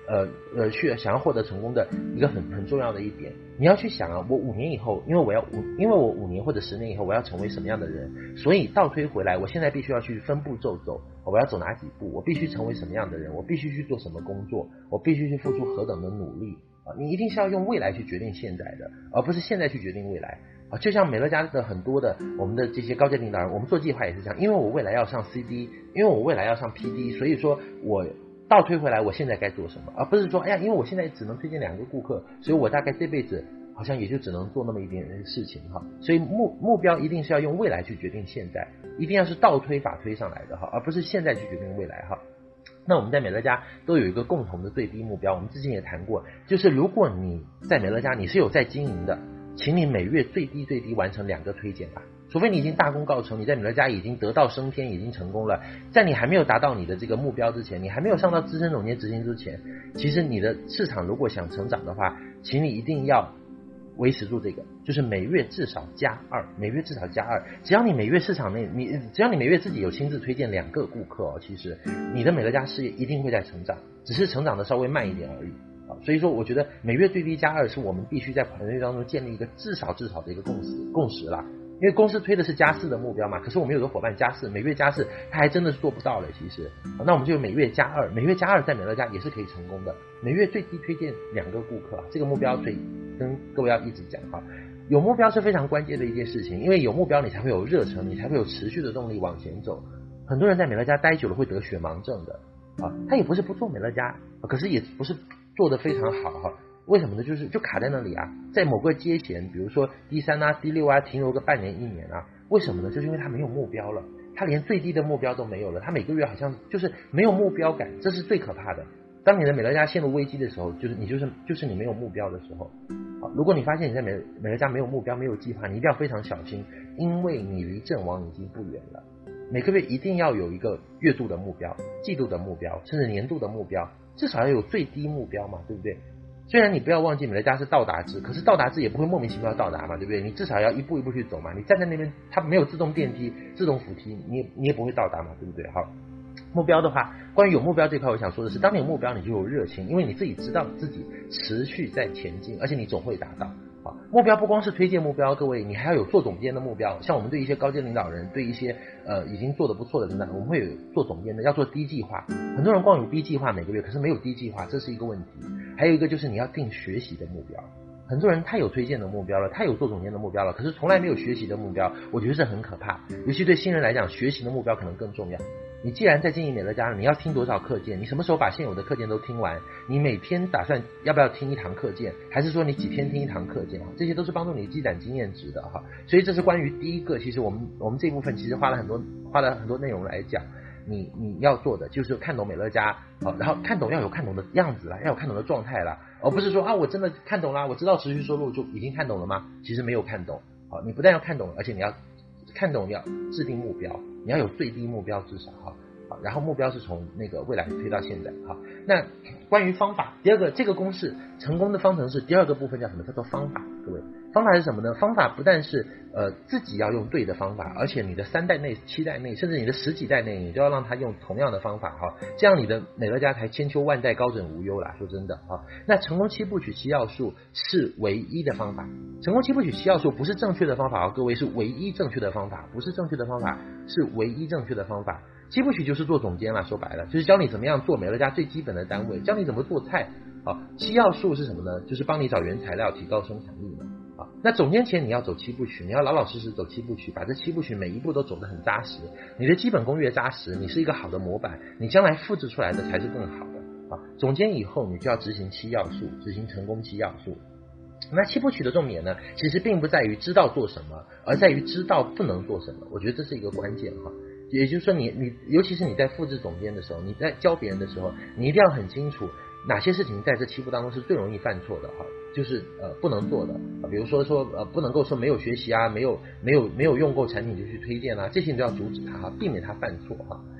呃呃去想要获得成功的一个很很重要的一点。你要去想啊，我五年以后，因为我要五，因为我五年或者十年以后我要成为什么样的人，所以倒推回来，我现在必须要去分步骤走，我要走哪几步，我必须成为什么样的人，我必须去做什么工作，我必须去付出何等的努力啊！你一定是要用未来去决定现在的，而不是现在去决定未来啊！就像美乐家的很多的我们的这些高阶领导人，我们做计划也是这样，因为我未来要上 C D， 因为我未来要上 P D， 所以说我倒推回来我现在该做什么，而不是说哎呀，因为我现在只能推荐两个顾客，所以我大概这辈子好像也就只能做那么一点点事情哈。所以目目标一定是要用未来去决定现在，一定要是倒推法推上来的哈，而不是现在去决定未来哈。那我们在美乐家都有一个共同的最低目标，我们之前也谈过，就是如果你在美乐家你是有在经营的，请你每月最低最低完成两个推荐吧。除非你已经大功告成，你在美乐家已经得道升天，已经成功了，在你还没有达到你的这个目标之前，你还没有上到资深总监执行之前，其实你的市场如果想成长的话，请你一定要维持住这个，就是每月至少加二，每月至少加二。只要你每月市场内，你只要你每月自己有亲自推荐两个顾客哦，其实你的美乐家事业一定会在成长，只是成长的稍微慢一点而已。所以说我觉得每月最低加二是我们必须在团队当中建立一个至少至少的一个共识共识啦。因为公司推的是加四的目标嘛，可是我们有个伙伴加四，每月加四，他还真的是做不到了。其实，那我们就每月加二，每月加二在美乐家也是可以成功的。每月最低推荐两个顾客，这个目标所以跟各位要一直讲哈。有目标是非常关键的一件事情，因为有目标你才会有热忱，你才会有持续的动力往前走。很多人在美乐家待久了会得血盲症的啊，他也不是不做美乐家，可是也不是做得非常好哈。为什么呢？就是就卡在那里啊，在某个阶衔，比如说 D 三 啊 D 六 啊，停留个半年一年啊。为什么呢？就是因为他没有目标了，他连最低的目标都没有了，他每个月好像就是没有目标感，这是最可怕的。当你的美乐家陷入危机的时候，就是你就是就是你没有目标的时候。好，如果你发现你在美美乐家没有目标没有计划，你一定要非常小心，因为你离阵亡已经不远了。每个月一定要有一个月度的目标、季度的目标，甚至年度的目标，至少要有最低目标嘛，对不对？虽然你不要忘记美乐家是到达制，可是到达制也不会莫名其妙到达嘛，对不对？你至少要一步一步去走嘛。你站在那边，它没有自动电梯、自动扶梯，你也你也不会到达嘛，对不对？好，目标的话，关于有目标这块，我想说的是，当你有目标，你就有热情，因为你自己知道自己持续在前进，而且你总会达到。好，目标不光是推荐目标，各位，你还要有做总监的目标。像我们对一些高阶领导人，对一些呃已经做得不错的领导人，我们会有做总监的，要做 D 计划。很多人光有 B 计划每个月，可是没有 D 计划，这是一个问题。还有一个就是你要定学习的目标。很多人他有推荐的目标了，他有做总监的目标了，可是从来没有学习的目标，我觉得是很可怕。尤其对新人来讲，学习的目标可能更重要。你既然在经营美乐家，你要听多少课件？你什么时候把现有的课件都听完？你每天打算要不要听一堂课件？还是说你几天听一堂课件？这些都是帮助你积攒经验值的哈。所以这是关于第一个，其实我们我们这部分其实花了很多花了很多内容来讲。你你要做的就是看懂美乐家，好，然后看懂要有看懂的样子啦，要有看懂的状态啦，而不是说啊我真的看懂啦，我知道持续收入就已经看懂了吗？其实没有看懂。好，你不但要看懂，而且你要看懂，你要制定目标，你要有最低目标至少哈。好，然后目标是从那个未来推到现在。好，那关于方法，第二个这个公式成功的方程式第二个部分叫什么？叫做方法。各位，方法是什么呢？方法不但是呃自己要用对的方法，而且你的三代内、七代内，甚至你的十几代内，你都要让他用同样的方法哈，这样你的美乐家才千秋万代高枕无忧啦。说真的哈，那成功七部曲七要素是唯一的方法。成功七部曲七要素不是正确的方法哦，各位，是唯一正确的方法，不是正确的方法，是唯一正确的方法。七部曲就是做总监了，说白了就是教你怎么样做美乐家最基本的单位，教你怎么做菜。好，七要素是什么呢？就是帮你找原材料，提高生产力嘛。啊，那总监前你要走七部曲，你要老老实实走七部曲，把这七部曲每一步都走得很扎实。你的基本功越扎实，你是一个好的模板，你将来复制出来的才是更好的。啊，总监以后你就要执行七要素，执行成功七要素。那七部曲的重点呢，其实并不在于知道做什么，而在于知道不能做什么。我觉得这是一个关键哈。也就是说你你尤其是你在复制总监的时候，你在教别人的时候，你一定要很清楚哪些事情在这七步当中是最容易犯错的哈，就是呃不能做的啊，比如说说呃不能够说没有学习啊，没有没有没有用过产品就去推荐啊，这些你都要阻止他哈，避免他犯错哈。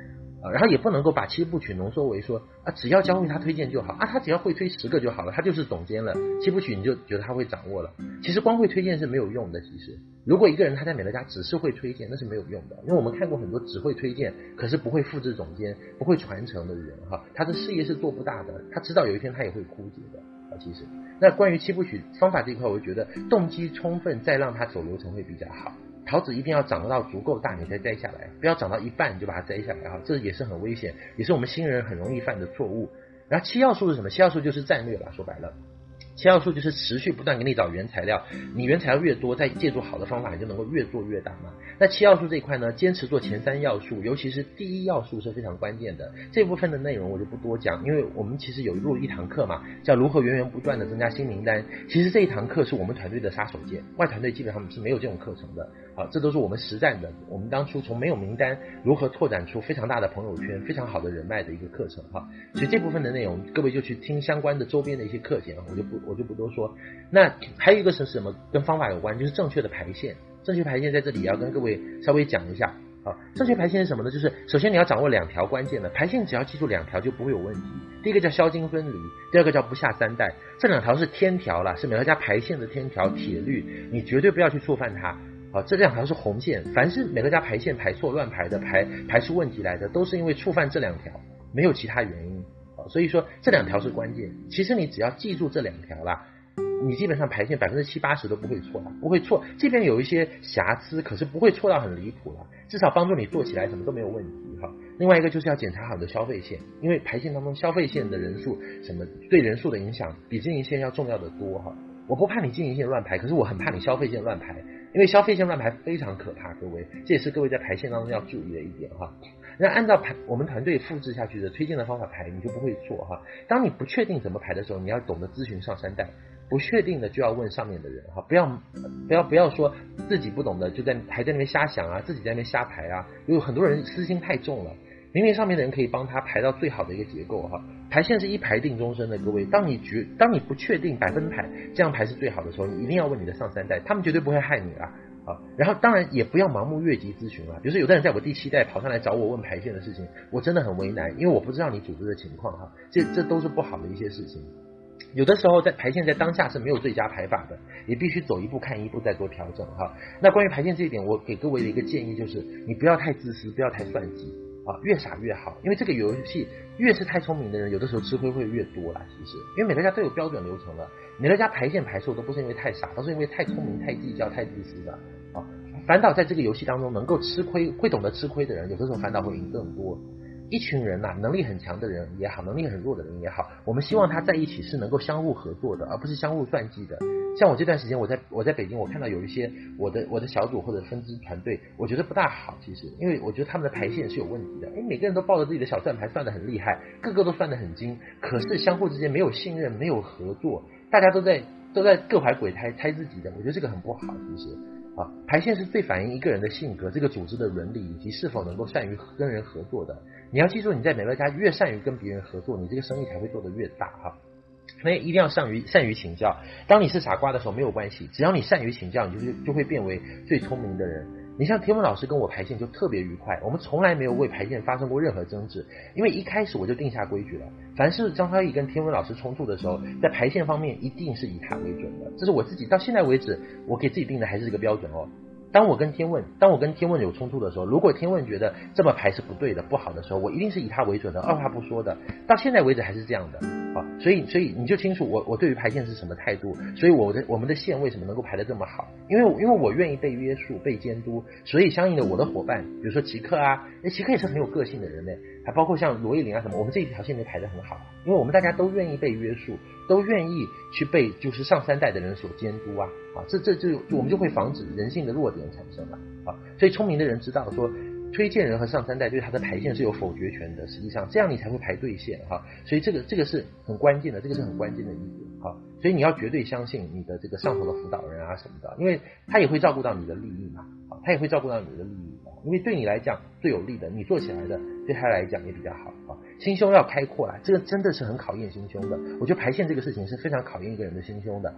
啊，然后也不能够把七部曲浓缩为说啊，只要教会他推荐就好啊，他只要会推十个就好了，他就是总监了，七部曲你就觉得他会掌握了。其实光会推荐是没有用的。其实如果一个人他在美乐家只是会推荐，那是没有用的，因为我们看过很多只会推荐可是不会复制总监不会传承的人哈，他的事业是做不大的，他迟早有一天他也会枯竭的啊。其实那关于七部曲方法这一块，我觉得动机充分再让他走流程会比较好。桃子一定要长到足够大你才摘下来，不要长到一半你就把它摘下来哈，这也是很危险，也是我们新人很容易犯的错误。然后七要素是什么？七要素就是战略吧，说白了七要素就是持续不断给你找原材料，你原材料越多，再借助好的方法，你就能够越做越大嘛。那七要素这一块呢，坚持做前三要素，尤其是第一要素是非常关键的。这部分的内容我就不多讲，因为我们其实有录一堂课嘛，叫如何源源不断的增加新名单。其实这一堂课是我们团队的杀手锏，外团队基本上是没有这种课程的啊，这都是我们实战的。我们当初从没有名单如何拓展出非常大的朋友圈，非常好的人脉的一个课程哈。所以这部分的内容，各位就去听相关的周边的一些课件，我就不我就不多说。那还有一个是什么？跟方法有关，就是正确的排线。正确排线在这里也要跟各位稍微讲一下。好，正确排线是什么呢？就是首先你要掌握两条关键的排线，只要记住两条就不会有问题。第一个叫销金分离，第二个叫不下三代。这两条是天条啦，是美乐家排线的天条铁律，你绝对不要去触犯它。好，这两条是红线，凡是美乐家排线排错乱排的，排排出问题来的，都是因为触犯这两条，没有其他原因。好，所以说这两条是关键。其实你只要记住这两条啦，你基本上排线百分之七八十都不会错了，不会错。这边有一些瑕疵，可是不会错到很离谱了，至少帮助你做起来什么都没有问题哈。另外一个就是要检查好你的消费线，因为排线当中消费线的人数什么对人数的影响比经营线要重要的多哈。我不怕你经营线乱排，可是我很怕你消费线乱排，因为消费线乱排非常可怕，各位，这也是各位在排线当中要注意的一点哈。那按照排我们团队复制下去的推荐的方法排，你就不会错哈。当你不确定怎么排的时候，你要懂得咨询上三代，不确定的就要问上面的人哈，不要不要不要说自己不懂的就在还在那边瞎想啊，自己在那边瞎排啊，有很多人私心太重了。明明上面的人可以帮他排到最好的一个结构哈，排线是一排定终身的，各位，当你觉当你不确定百分排这样排是最好的时候，你一定要问你的上三代，他们绝对不会害你啦。啊，然后当然也不要盲目越级咨询了，比如说有的人在我第七代跑上来找我问排线的事情，我真的很为难，因为我不知道你组织的情况哈，这这都是不好的一些事情。有的时候在排线在当下是没有最佳排法的，也必须走一步看一步再做调整哈。那关于排线这一点，我给各位的一个建议就是，你不要太自私，不要太算计啊，越傻越好，因为这个游戏越是太聪明的人，有的时候吃亏会越多啦。其实，因为每个家都有标准流程了，每个家排线排错都不是因为太傻，都是因为太聪明、太计较、太自私的啊。反倒在这个游戏当中能够吃亏、会懂得吃亏的人，有的时候反倒会赢更多。一群人呐、啊，能力很强的人也好，能力很弱的人也好，我们希望他在一起是能够相互合作的，而不是相互算计的。像我这段时间我在我在北京，我看到有一些我的我的小组或者分支团队，我觉得不大好，其实因为我觉得他们的排线是有问题的。哎，每个人都抱着自己的小算盘算得很厉害，个个都算得很精，可是相互之间没有信任，没有合作，大家都在都在各怀鬼胎猜自己的，我觉得这个很不好，其实。啊，排线是最反映一个人的性格、这个组织的伦理以及是否能够善于跟人合作的。你要记住，你在美乐家越善于跟别人合作，你这个生意才会做得越大哈。所以一定要善于善于请教。当你是傻瓜的时候没有关系，只要你善于请教，你就就会变为最聪明的人。你像天文老师跟我排线就特别愉快，我们从来没有为排线发生过任何争执，因为一开始我就定下规矩了，凡是张超毅跟天文老师冲突的时候，在排线方面一定是以他为准的，这是我自己到现在为止我给自己定的还是这个标准哦。当我跟天问当我跟天问有冲突的时候，如果天问觉得这么排是不对的不好的时候，我一定是以他为准的，二话不说的，到现在为止还是这样的啊。所以所以你就清楚我我对于排线是什么态度，所以我的我们的线为什么能够排得这么好，因为因为我愿意被约束被监督，所以相应的我的伙伴比如说奇克啊，奇克也是很有个性的人呢，还包括像罗艺林啊什么，我们这一条线就排得很好，因为我们大家都愿意被约束，都愿意去被就是上三代的人所监督啊啊，这这就我们就会防止人性的弱点产生了啊。所以聪明的人知道说，推荐人和上三代对他的排线是有否决权的，实际上这样你才会排对线哈。所以这个这个是很关键的，这个是很关键的一点哈。所以你要绝对相信你的这个上头的辅导人啊什么的，因为他也会照顾到你的利益嘛，啊，他也会照顾到你的利益，因为对你来讲最有利的，你做起来的对他来讲也比较好啊。心胸要开阔啦，这个真的是很考验心胸的。我觉得排线这个事情是非常考验一个人的心胸的。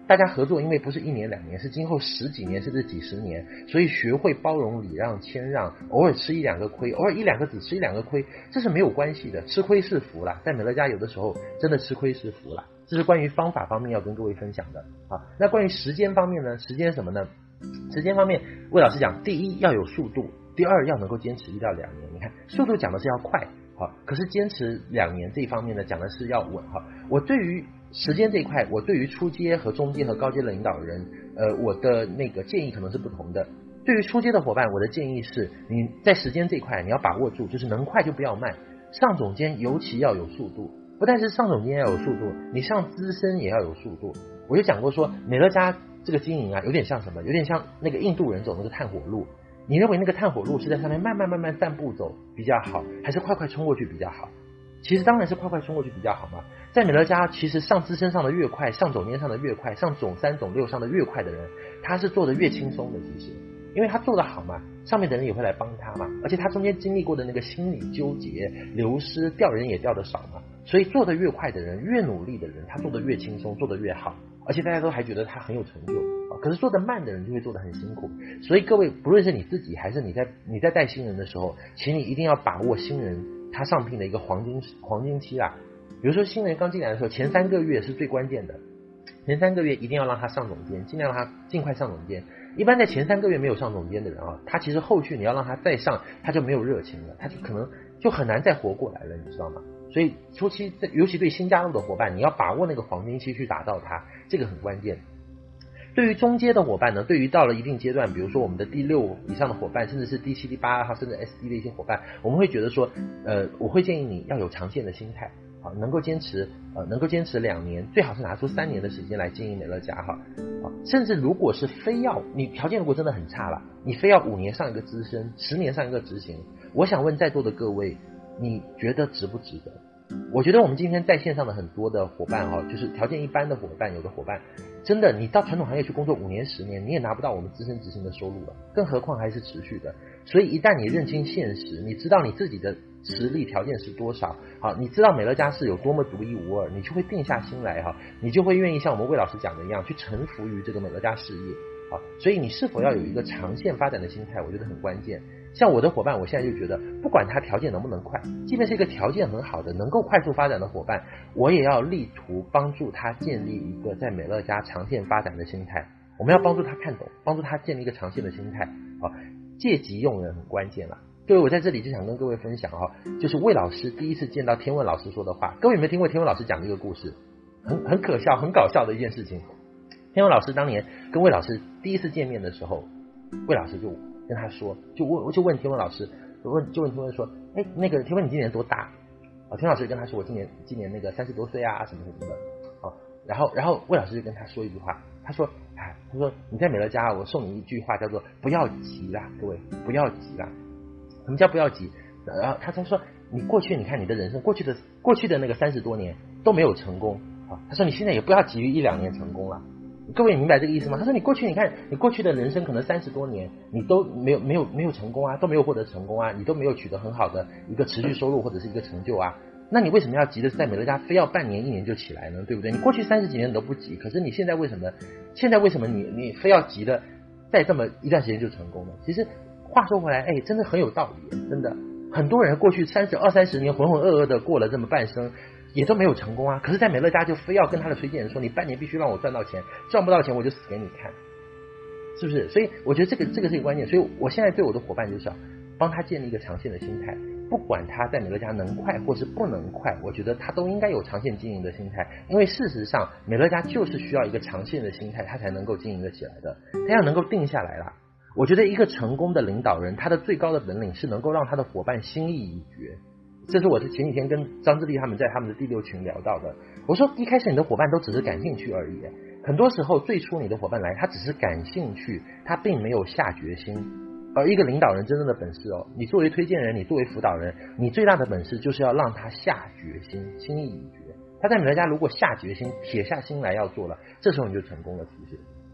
大家合作因为不是一年两年，是今后十几年甚至几十年，所以学会包容礼让谦让，偶尔吃一两个亏，偶尔一两个只吃一两个亏，这是没有关系的，吃亏是福啦，在美乐家有的时候真的吃亏是福啦。这是关于方法方面要跟各位分享的啊。那关于时间方面呢？时间什么呢？时间方面，魏老师讲，第一要有速度，第二要能够坚持一到两年。你看，速度讲的是要快，好，可是坚持两年这一方面呢，讲的是要稳哈。我对于时间这一块，我对于初阶和中阶和高阶的领导人，呃，我的那个建议可能是不同的。对于初阶的伙伴，我的建议是，你在时间这一块你要把握住，就是能快就不要慢。上总监尤其要有速度。不但是上总监要有速度，你上资深也要有速度。我就讲过说，美乐家这个经营啊，有点像什么？有点像那个印度人走那个炭火路。你认为那个炭火路是在上面慢慢慢慢散步走比较好，还是快快冲过去比较好？其实当然是快快冲过去比较好嘛。在美乐家，其实上资深上的越快，上总监上的越快，上总三总六上的越快的人，他是做的越轻松的。其实因为他做得好嘛，上面的人也会来帮他嘛，而且他中间经历过的那个心理纠结、流失、调人也调得少嘛，所以做得越快的人，越努力的人，他做得越轻松，做得越好，而且大家都还觉得他很有成就。可是做得慢的人就会做得很辛苦。所以各位，不论是你自己还是你在你在带新人的时候，请你一定要把握新人他上聘的一个黄金黄金期啦。比如说新人刚进来的时候，前三个月是最关键的，前三个月一定要让他上总监，尽量让他尽快上总监。一般在前三个月没有上总监的人啊，他其实后续你要让他再上，他就没有热情了，他就可能就很难再活过来了，你知道吗？所以初期，尤其对新加入的伙伴，你要把握那个黄金期去打造它，这个很关键。对于中阶的伙伴呢，对于到了一定阶段，比如说我们的第六以上的伙伴，甚至是第七、第八，甚至 S D 的一些伙伴，我们会觉得说，呃，我会建议你要有长线的心态。好，能够坚持呃，能够坚持两年，最好是拿出三年的时间来经营美乐家哈。啊，甚至如果是非要你条件如果真的很差了，你非要五年上一个资深，十年上一个执行，我想问在座的各位，你觉得值不值得？我觉得我们今天在线上的很多的伙伴哈，就是条件一般的伙伴，有的伙伴真的你到传统行业去工作五年十年，你也拿不到我们资深执行的收入了，更何况还是持续的。所以一旦你认清现实，你知道你自己的实力条件是多少，好，你知道美乐家是有多么独一无二，你就会定下心来哈，你就会愿意像我们魏老师讲的一样，去臣服于这个美乐家事业。好，所以你是否要有一个长线发展的心态，我觉得很关键。像我的伙伴，我现在就觉得，不管他条件能不能快，即便是一个条件很好的、能够快速发展的伙伴，我也要力图帮助他建立一个在美乐家长线发展的心态。我们要帮助他看懂，帮助他建立一个长线的心态。好，借机用人很关键了。各位，我在这里就想跟各位分享哈，就是魏老师第一次见到天问老师说的话。各位有没有听过天问老师讲这个故事？很很可笑、很搞笑的一件事情。天问老师当年跟魏老师第一次见面的时候，魏老师就跟他说，就问就问天问老师，就问就问天问说，哎，那个天问你今年多大？啊，天老师跟他说我今年今年那个三十多岁啊，什么什么的。啊，然后然后魏老师就跟他说一句话，他说，哎，他说你在美乐家，我送你一句话叫做不要急啦，各位不要急啦。什么叫不要急？然后他他说你过去你看你的人生过去的过去的那个三十多年都没有成功啊，他说你现在也不要急于一两年成功了。各位明白这个意思吗？他说你过去你看你过去的人生可能三十多年你都没有没有没有成功啊，都没有获得成功啊，你都没有取得很好的一个持续收入或者是一个成就啊，那你为什么要急的是在美乐家非要半年一年就起来呢？对不对？你过去三十几年你都不急，可是你现在为什么现在为什么你你非要急的在这么一段时间就成功呢？其实话说回来，哎，真的很有道理，真的很多人过去三十二三十年浑浑噩噩的过了这么半生，也都没有成功啊。可是，在美乐家就非要跟他的推荐人说，你半年必须让我赚到钱，赚不到钱我就死给你看，是不是？所以我觉得这个这个是一个关键。所以我现在对我的伙伴就是要帮他建立一个长线的心态，不管他在美乐家能快或是不能快，我觉得他都应该有长线经营的心态。因为事实上，美乐家就是需要一个长线的心态，他才能够经营得起来的。他要能够定下来啦。我觉得一个成功的领导人，他的最高的本领是能够让他的伙伴心意已决。这是我是前几天跟张志立他们在他们的第六群聊到的。我说一开始你的伙伴都只是感兴趣而已，很多时候最初你的伙伴来他只是感兴趣，他并没有下决心。而一个领导人真正的本事哦，你作为推荐人，你作为辅导人，你最大的本事就是要让他下决心，心意已决。他在美乐家如果下决心铁下心来要做了，这时候你就成功了，是不是？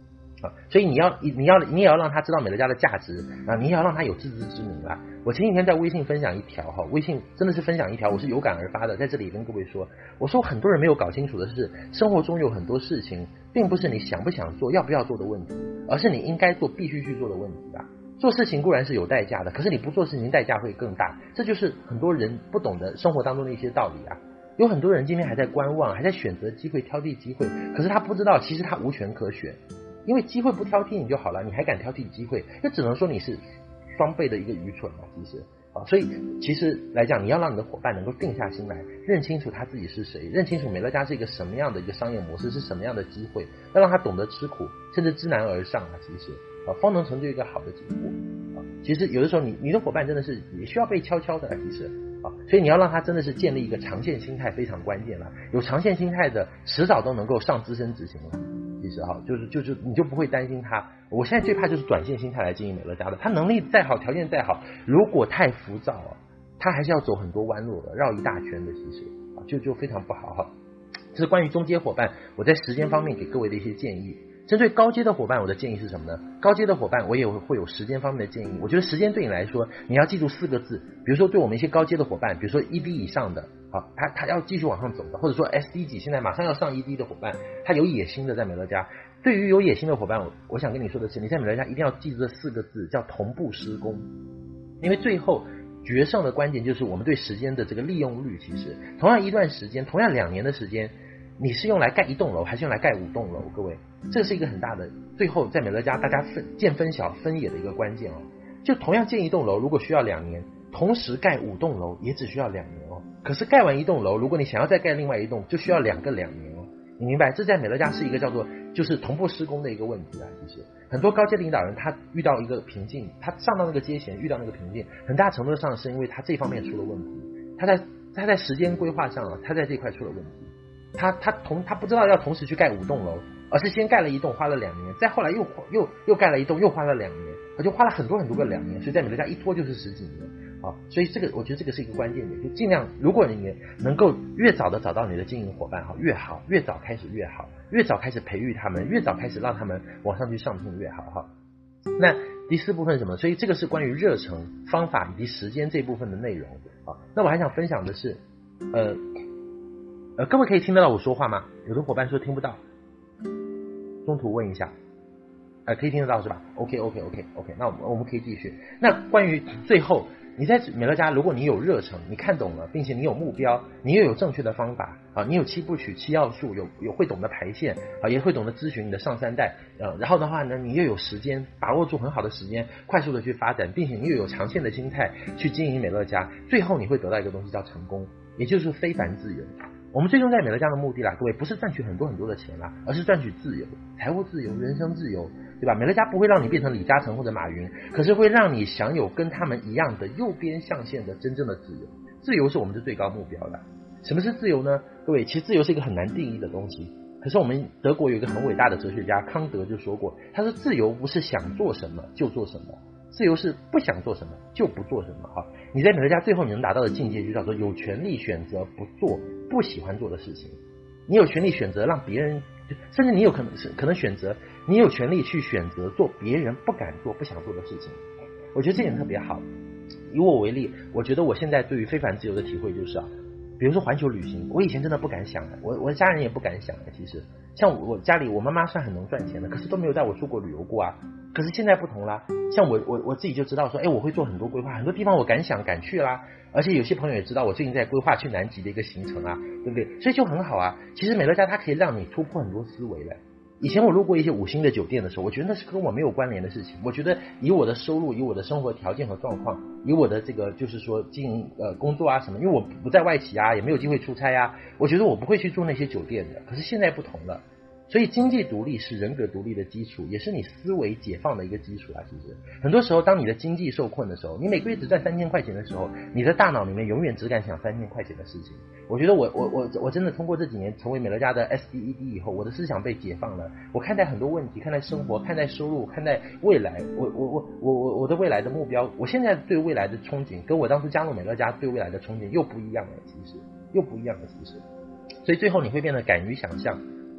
啊，所以你要你要你也要让他知道美乐家的价值啊，你也要让他有自知之明啦。我前几天在微信分享一条哈，微信真的是分享一条，我是有感而发的，在这里跟各位说，我说很多人没有搞清楚的是，生活中有很多事情，并不是你想不想做、要不要做的问题，而是你应该做、必须去做的问题啊。做事情固然是有代价的，可是你不做事情代价会更大，这就是很多人不懂得生活当中的一些道理啊。有很多人今天还在观望，还在选择机会、挑剔机会，可是他不知道，其实他无权可选。因为机会不挑剔你就好了，你还敢挑剔机会，那只能说你是双倍的一个愚蠢嘛，其实啊，所以其实来讲，你要让你的伙伴能够定下心来，认清楚他自己是谁，认清楚美乐家是一个什么样的一个商业模式，是什么样的机会，要让他懂得吃苦，甚至知难而上啊，其实啊，方能成就一个好的结果啊。其实有的时候你你的伙伴真的是也需要被悄悄的，其实啊，所以你要让他真的是建立一个长线心态非常关键了，有长线心态的，迟早都能够上资深执行了。其实哈，就是就是你就不会担心他。我现在最怕就是短线心态来经营美乐家的，他能力再好，条件再好，如果太浮躁啊，他还是要走很多弯路的，绕一大圈的，其实啊，就就非常不好哈。这是关于中阶伙伴，我在时间方面给各位的一些建议。针对高阶的伙伴，我的建议是什么呢？高阶的伙伴，我也会有时间方面的建议。我觉得时间对你来说，你要记住四个字，比如说对我们一些高阶的伙伴，比如说 E D 以上的，好，他他要继续往上走的，或者说 S D 级现在马上要上 E D 的伙伴，他有野心的在美乐家。对于有野心的伙伴，我我想跟你说的是，你在美乐家一定要记住这四个字，叫同步施工。因为最后决胜的关键就是我们对时间的这个利用率。其实同样一段时间，同样两年的时间，你是用来盖一栋楼还是用来盖五栋楼？各位，这是一个很大的，最后在美乐家大家分见分晓分野的一个关键哦。就同样建一栋楼，如果需要两年，同时盖五栋楼也只需要两年哦。可是盖完一栋楼，如果你想要再盖另外一栋，就需要两个两年哦。你明白？这在美乐家是一个叫做就是同步施工的一个问题啊。其实很多高阶领导人他遇到一个瓶颈，他上到那个阶前遇到那个瓶颈，很大程度上是因为他这方面出了问题，他在他在时间规划上啊，他在这块出了问题。他他同他不知道要同时去盖五栋楼，而是先盖了一栋花了两年，再后来又又又盖了一栋又花了两年，他就花了很多很多个两年，所以在美乐家一拖就是十几年啊。所以这个我觉得这个是一个关键点，就尽量如果你能够越早的找到你的经营伙伴哈越好，越早开始越好，越早开始培育他们，越早开始让他们往上去上聘越好哈。那第四部分是什么？所以这个是关于热忱、方法以及时间这部分的内容啊。那我还想分享的是呃。呃，各位可以听得到我说话吗？有的伙伴说听不到，中途问一下，呃，可以听得到是吧 ？OK OK OK OK， 那我们我们可以继续。那关于最后，你在美乐家，如果你有热忱，你看懂了，并且你有目标，你又有正确的方法啊，你有七部曲、七要素，有有会懂得排线啊，也会懂得咨询你的上三代，呃，然后的话呢，你又有时间，把握住很好的时间，快速的去发展，并且你又有长线的心态去经营美乐家，最后你会得到一个东西叫成功，也就是非凡自由。我们最终在美乐家的目的啦，各位不是赚取很多很多的钱啦，而是赚取自由、财务自由、人生自由，对吧？美乐家不会让你变成李嘉诚或者马云，可是会让你享有跟他们一样的右边象限的真正的自由。自由是我们的最高目标啦。什么是自由呢？各位，其实自由是一个很难定义的东西。可是我们德国有一个很伟大的哲学家康德就说过，他说自由不是想做什么就做什么，自由是不想做什么就不做什么哈。你在美乐家最后你能达到的境界就叫做有权利选择不做不喜欢做的事情，你有权利选择让别人，甚至你有可能是可能选择，你有权利去选择做别人不敢做不想做的事情。我觉得这点特别好。以我为例，我觉得我现在对于非凡自由的体会就是啊，比如说环球旅行，我以前真的不敢想的，我我家人也不敢想的。其实像我家里，我妈妈算很能赚钱的，可是都没有带我出国旅游过啊。可是现在不同啦，像我我我自己就知道说，哎，我会做很多规划，很多地方我敢想敢去啦。而且有些朋友也知道我最近在规划去南极的一个行程啊，对不对？所以就很好啊。其实美乐家它可以让你突破很多思维的。以前我路过一些五星的酒店的时候，我觉得那是跟我没有关联的事情。我觉得以我的收入，以我的生活条件和状况，以我的这个就是说经营呃工作啊什么，因为我不在外企啊，也没有机会出差啊，我觉得我不会去住那些酒店的。可是现在不同了。所以经济独立是人格独立的基础，也是你思维解放的一个基础啊。其实很多时候当你的经济受困的时候，你每个月只赚三千块钱的时候，你的大脑里面永远只敢想三千块钱的事情。我觉得我我我我真的通过这几年成为美乐家的 S D E D 以后，我的思想被解放了。我看待很多问题，看待生活，看待收入，看待未来，我我我我我我的未来的目标，我现在对未来的憧憬跟我当初加入美乐家对未来的憧憬又不一样了。其实又不一样了。其实所以最后你会变得敢于想象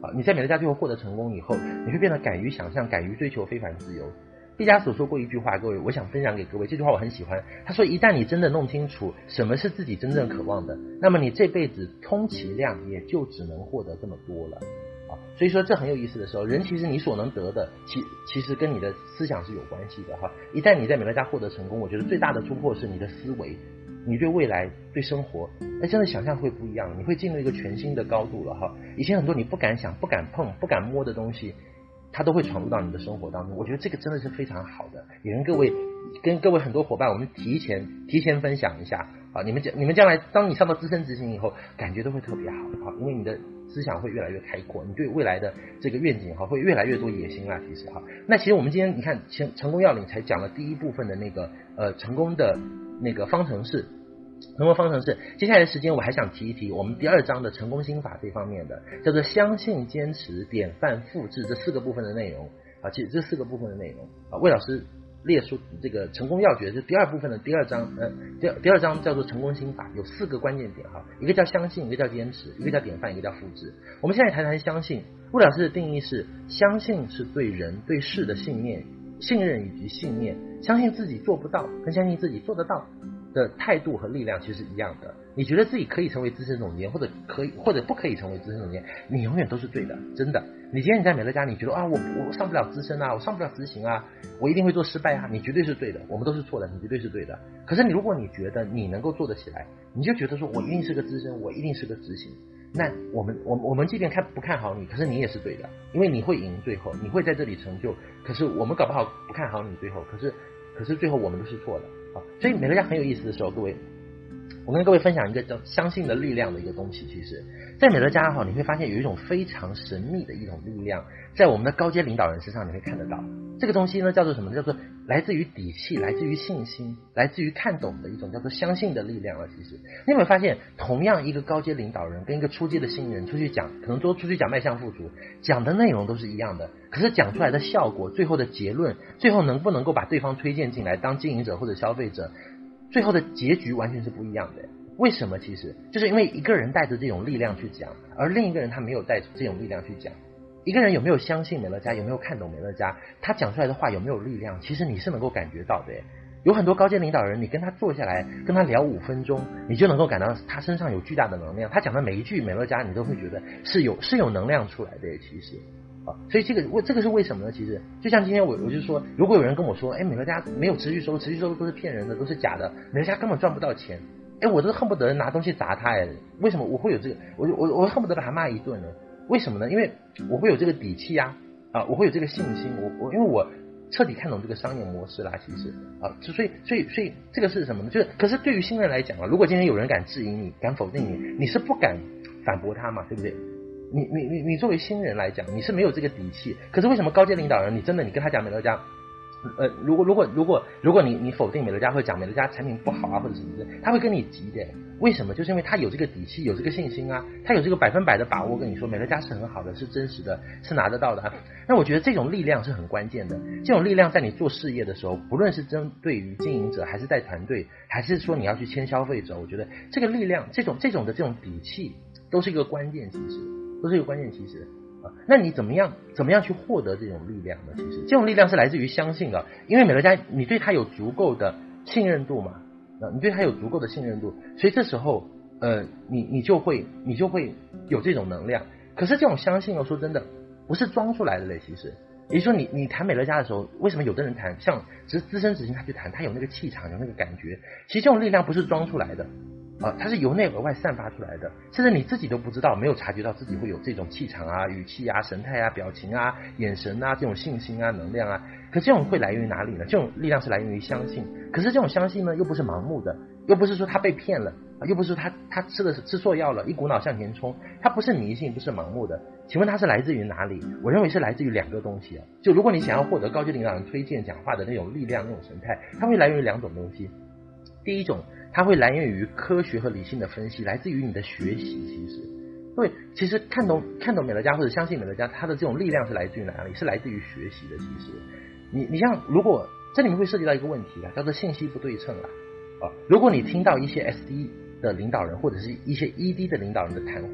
啊，你在美乐家最后获得成功以后，你会变得敢于想象，敢于追求非凡自由。毕加索说过一句话，各位，我想分享给各位，这句话我很喜欢。他说，一旦你真的弄清楚什么是自己真正渴望的，那么你这辈子充其量也就只能获得这么多了。啊，所以说这很有意思的时候，人其实你所能得的，其其实跟你的思想是有关系的哈。一旦你在美乐家获得成功，我觉得最大的突破是你的思维，你对未来、对生活，哎，真的想象会不一样，你会进入一个全新的高度了哈。以前很多你不敢想、不敢碰、不敢摸的东西，它都会闯入到你的生活当中。我觉得这个真的是非常好的，也跟各位、跟各位很多伙伴，我们提前提前分享一下啊。你们将你们将来，当你上到资深执行以后，感觉都会特别好啊，因为你的思想会越来越开阔，你对未来的这个愿景哈会越来越多野心啦。其实哈，那其实我们今天你看成成功要领才讲了第一部分的那个呃成功的那个方程式。成功方程式，接下来的时间我还想提一提我们第二章的成功心法这方面的，叫做相信、坚持、典范、复制这四个部分的内容啊。其实这四个部分的内容啊，魏老师列出这个成功要诀是第二部分的第二章，呃，第第二章叫做成功心法，有四个关键点哈，一个叫相信，一个叫坚持，一个叫典范，一个叫复制。我们现在谈谈相信。魏老师的定义是，相信是对人对事的信念、信任以及信念，相信自己做不到，跟相信自己做得到的态度和力量其实是一样的。你觉得自己可以成为资深总监，或者可以或者不可以成为资深总监，你永远都是对的，真的。你今天你在美乐家，你觉得啊我我上不了资深啊，我上不了执行啊，我一定会做失败啊，你绝对是对的，我们都是错的，你绝对是对的。可是你如果你觉得你能够做得起来，你就觉得说我一定是个资深，我一定是个执行，那我们我我们即便看不看好你，可是你也是对的，因为你会赢，最后你会在这里成就。可是我们搞不好不看好你，最后可是可是最后我们都是错的。所以美乐家很有意思的时候，各位，我跟各位分享一个叫相信的力量的一个东西。其实在美乐家哈，你会发现有一种非常神秘的一种力量，在我们的高阶领导人身上你会看得到。这个东西呢叫做什么？叫做来自于底气，来自于信心，来自于看懂的一种叫做相信的力量了。其实你有没有发现，同样一个高阶领导人跟一个初阶的新人出去讲，可能都出去讲迈向富足，讲的内容都是一样的，可是讲出来的效果，最后的结论，最后能不能够把对方推荐进来当经营者或者消费者，最后的结局完全是不一样的。为什么？其实就是因为一个人带着这种力量去讲，而另一个人他没有带着这种力量去讲。一个人有没有相信美乐家，有没有看懂美乐家，他讲出来的话有没有力量，其实你是能够感觉到的。有很多高阶领导人，你跟他坐下来跟他聊五分钟，你就能够感到他身上有巨大的能量，他讲的每一句美乐家你都会觉得是有是有能量出来的。其实啊，所以这个这个是为什么呢？其实就像今天我我就说，如果有人跟我说，哎，美乐家没有持续收入，持续收入都是骗人的，都是假的，美乐家根本赚不到钱，哎，我都恨不得拿东西砸他。哎，为什么我会有这个？我我我恨不得把他骂一顿呢？为什么呢？因为我会有这个底气啊，啊，我会有这个信心，我我因为我彻底看懂这个商业模式啦。其实啊，所以所以所以这个是什么呢？就是，可是对于新人来讲啊，如果今天有人敢质疑你，敢否定你，你是不敢反驳他嘛，对不对？你你你你作为新人来讲，你是没有这个底气。可是为什么高阶领导人，你真的你跟他讲美乐家，呃，如果如果如果如果你你否定美乐家，或者讲美乐家产品不好啊，或者什么的，他会跟你急的。为什么？就是因为他有这个底气，有这个信心啊，他有这个百分百的把握跟你说美乐家是很好的，是真实的，是拿得到的啊。那我觉得这种力量是很关键的。这种力量在你做事业的时候，不论是针对于经营者，还是在团队，还是说你要去签消费者，我觉得这个力量，这种这种的这种底气，都是一个关键。其实都是一个关键。其实啊，那你怎么样怎么样去获得这种力量呢？其实这种力量是来自于相信的，因为美乐家你对他有足够的信任度嘛，啊，你对他有足够的信任度，所以这时候呃，你你就会你就会有这种能量。可是这种相信，我说真的不是装出来的嘞。其实也就是说你你谈美乐家的时候，为什么有的人谈像只是资深执行他去谈，他有那个气场，有那个感觉，其实这种力量不是装出来的啊，它是由内而外散发出来的，甚至你自己都不知道，没有察觉到自己会有这种气场啊、语气啊、神态啊、表情啊、眼神啊、这种信心啊、能量啊。可这种会来源于哪里呢？这种力量是来源于相信。可是这种相信呢，又不是盲目的，又不是说他被骗了，又不是说他他吃的是吃错药了，一股脑向前冲，他不是迷信，不是盲目的。请问他是来自于哪里？我认为是来自于两个东西啊。就如果你想要获得高级领导人推荐讲话的那种力量、那种神态，它会来源于两种东西。第一种，它会来源于科学和理性的分析，来自于你的学习。其实因为其实看懂看懂美乐家或者相信美乐家，它的这种力量是来自于哪里？是来自于学习的。其实你你像如果这里面会涉及到一个问题啊，叫做信息不对称啊。啊，如果你听到一些 S D 的领导人或者是一些 E D 的领导人的谈话，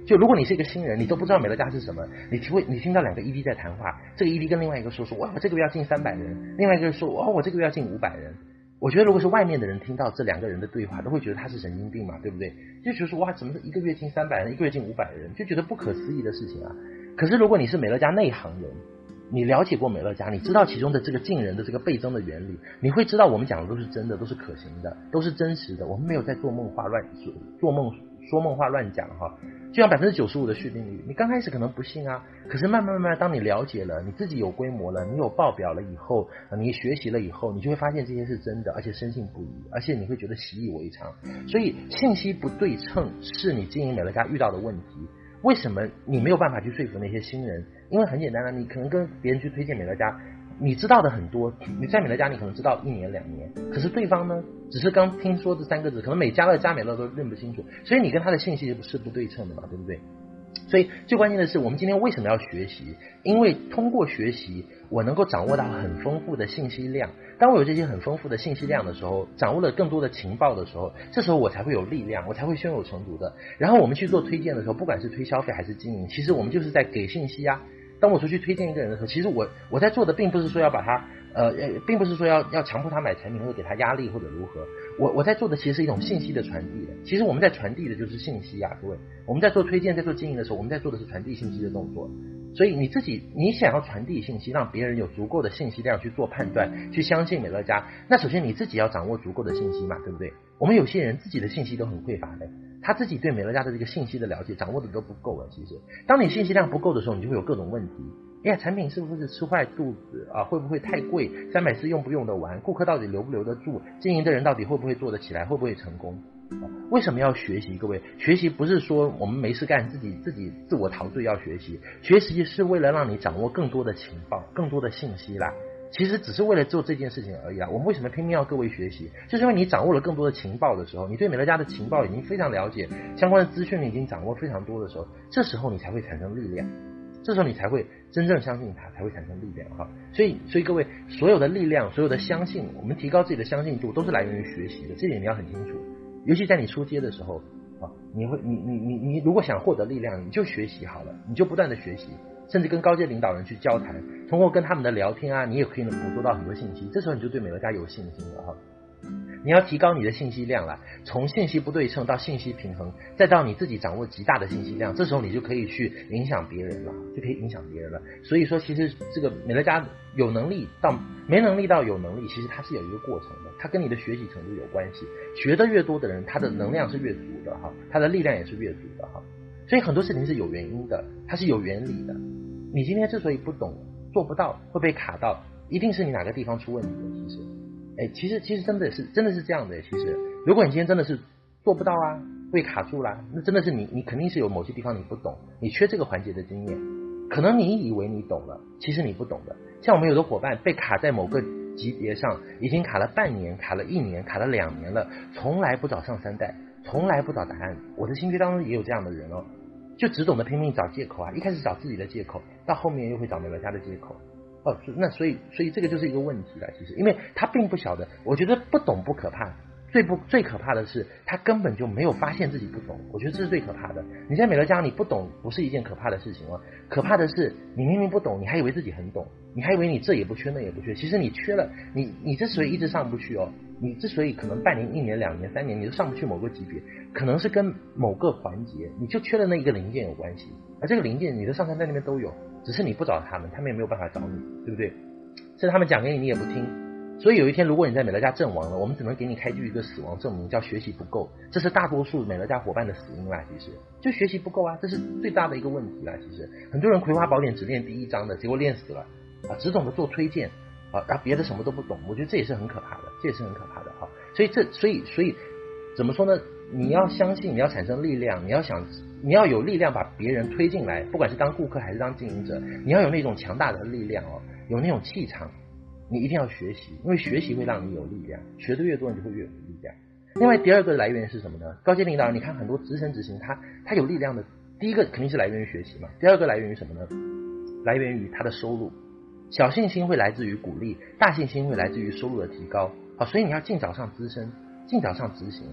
就如果你是一个新人，你都不知道美乐家是什么，你听会你听到两个 E D 在谈话，这个 E D 跟另外一个说说哇我这个月要进三百人，另外一个说哇我这个月要进五百人。我觉得如果是外面的人听到这两个人的对话，都会觉得他是神经病嘛，对不对？就觉得说哇怎么一个月进三百人，一个月进五百人，就觉得不可思议的事情啊。可是如果你是美乐家内行人，你了解过美乐家，你知道其中的这个进人的这个倍增的原理，你会知道我们讲的都是真的，都是可行的，都是真实的，我们没有在做梦话乱做梦说梦话乱讲哈。就像百分之九十五的续订率，你刚开始可能不信啊，可是慢慢慢慢当你了解了，你自己有规模了，你有报表了以后，你学习了以后，你就会发现这些是真的，而且深信不疑，而且你会觉得习以为常。所以信息不对称是你经营美乐家遇到的问题。为什么你没有办法去说服那些新人？因为很简单了，你可能跟别人去推荐美乐家，你知道的很多，你在美乐家你可能知道一年两年，可是对方呢只是刚听说这三个字，可能每家乐加美乐都认不清楚，所以你跟他的信息是不对称的嘛，对不对？所以最关键的是我们今天为什么要学习？因为通过学习我能够掌握到很丰富的信息量，当我有这些很丰富的信息量的时候，掌握了更多的情报的时候，这时候我才会有力量，我才会胸有成竹的。然后我们去做推荐的时候，不管是推消费还是经营，其实我们就是在给信息啊。当我出去推荐一个人的时候，其实我我在做的并不是说要把他呃并不是说要要强迫他买产品或者给他压力或者如何，我我在做的其实是一种信息的传递的。其实我们在传递的就是信息啊，各位，我们在做推荐在做经营的时候，我们在做的是传递信息的动作。所以你自己你想要传递信息，让别人有足够的信息量去做判断，去相信美乐家，那首先你自己要掌握足够的信息嘛，对不对？我们有些人自己的信息都很匮乏的，他自己对美乐家的这个信息的了解掌握的都不够了。其实当你信息量不够的时候，你就会有各种问题。哎呀，产品是不是吃坏肚子啊？会不会太贵？三百四用不用得完？顾客到底留不留得住？经营的人到底会不会做得起来？会不会成功？为什么要学习？各位，学习不是说我们没事干自己自己自我陶醉要学习，学习是为了让你掌握更多的情报，更多的信息啦。其实只是为了做这件事情而已啊！我们为什么拼命要各位学习？就是因为你掌握了更多的情报的时候，你对美乐家的情报已经非常了解，相关的资讯你已经掌握非常多的时候，这时候你才会产生力量，这时候你才会真正相信它，才会产生力量哈。所以，所以各位，所有的力量，所有的相信，我们提高自己的相信度，都是来源于学习的，这点你要很清楚。尤其在你出街的时候啊，你会，你你你你如果想获得力量，你就学习好了，你就不断的学习。甚至跟高阶领导人去交谈，通过跟他们的聊天啊，你也可以捕捉到很多信息，这时候你就对美乐家有信心了哈。你要提高你的信息量了，从信息不对称到信息平衡，再到你自己掌握极大的信息量，这时候你就可以去影响别人了，就可以影响别人了。所以说其实这个美乐家有能力到没能力到有能力，其实它是有一个过程的，它跟你的学习程度有关系。学得越多的人，他的能量是越足的哈，他的力量也是越足的哈。所以很多事情是有原因的，它是有原理的。你今天之所以不懂，做不到，会被卡到，一定是你哪个地方出问题了。其实，哎，其实其实真的是真的是这样的。其实，如果你今天真的是做不到啊，被卡住啦，那真的是你你肯定是有某些地方你不懂，你缺这个环节的经验。可能你以为你懂了，其实你不懂的。像我们有的伙伴被卡在某个级别上，已经卡了半年，卡了一年，卡了两年了，从来不找上三代，从来不找答案。我的新学当中也有这样的人哦。就只懂得拼命找借口啊！一开始找自己的借口，到后面又会找美乐家的借口哦。那所以，所以这个就是一个问题了。其实，因为他并不晓得，我觉得不懂不可怕，最不最可怕的是他根本就没有发现自己不懂。我觉得这是最可怕的。你在美乐家你不懂不是一件可怕的事情哦，可怕的是你明明不懂，你还以为自己很懂，你还以为你这也不缺那也不缺，其实你缺了。你你之所以一直上不去哦，你之所以可能半年、一年、两年、三年你都上不去某个级别，可能是跟某个环节你就缺了那一个零件有关系，而这个零件你的上山在那边都有，只是你不找他们，他们也没有办法找你，对不对？甚至他们讲给你你也不听。所以有一天如果你在美乐家阵亡了，我们只能给你开具一个死亡证明，叫学习不够，这是大多数美乐家伙伴的死因啦。其实就学习不够啊，这是最大的一个问题啦。其实很多人葵花宝典只练第一章的，结果练死了啊，只懂得做推荐啊，然后别的什么都不懂，我觉得这也是很可怕的，这也是很可怕的哈。所以这所以所以怎么说呢？你要相信，你要产生力量，你要想你要有力量把别人推进来，不管是当顾客还是当经营者，你要有那种强大的力量哦，有那种气场。你一定要学习，因为学习会让你有力量，学的越多你就会越有力量。另外第二个来源是什么呢？高阶领导人，你看很多资深执行他他有力量的，第一个肯定是来源于学习嘛，第二个来源于什么呢？来源于他的收入。小信心会来自于鼓励，大信心会来自于收入的提高。好，所以你要尽早上资深，尽早上执行。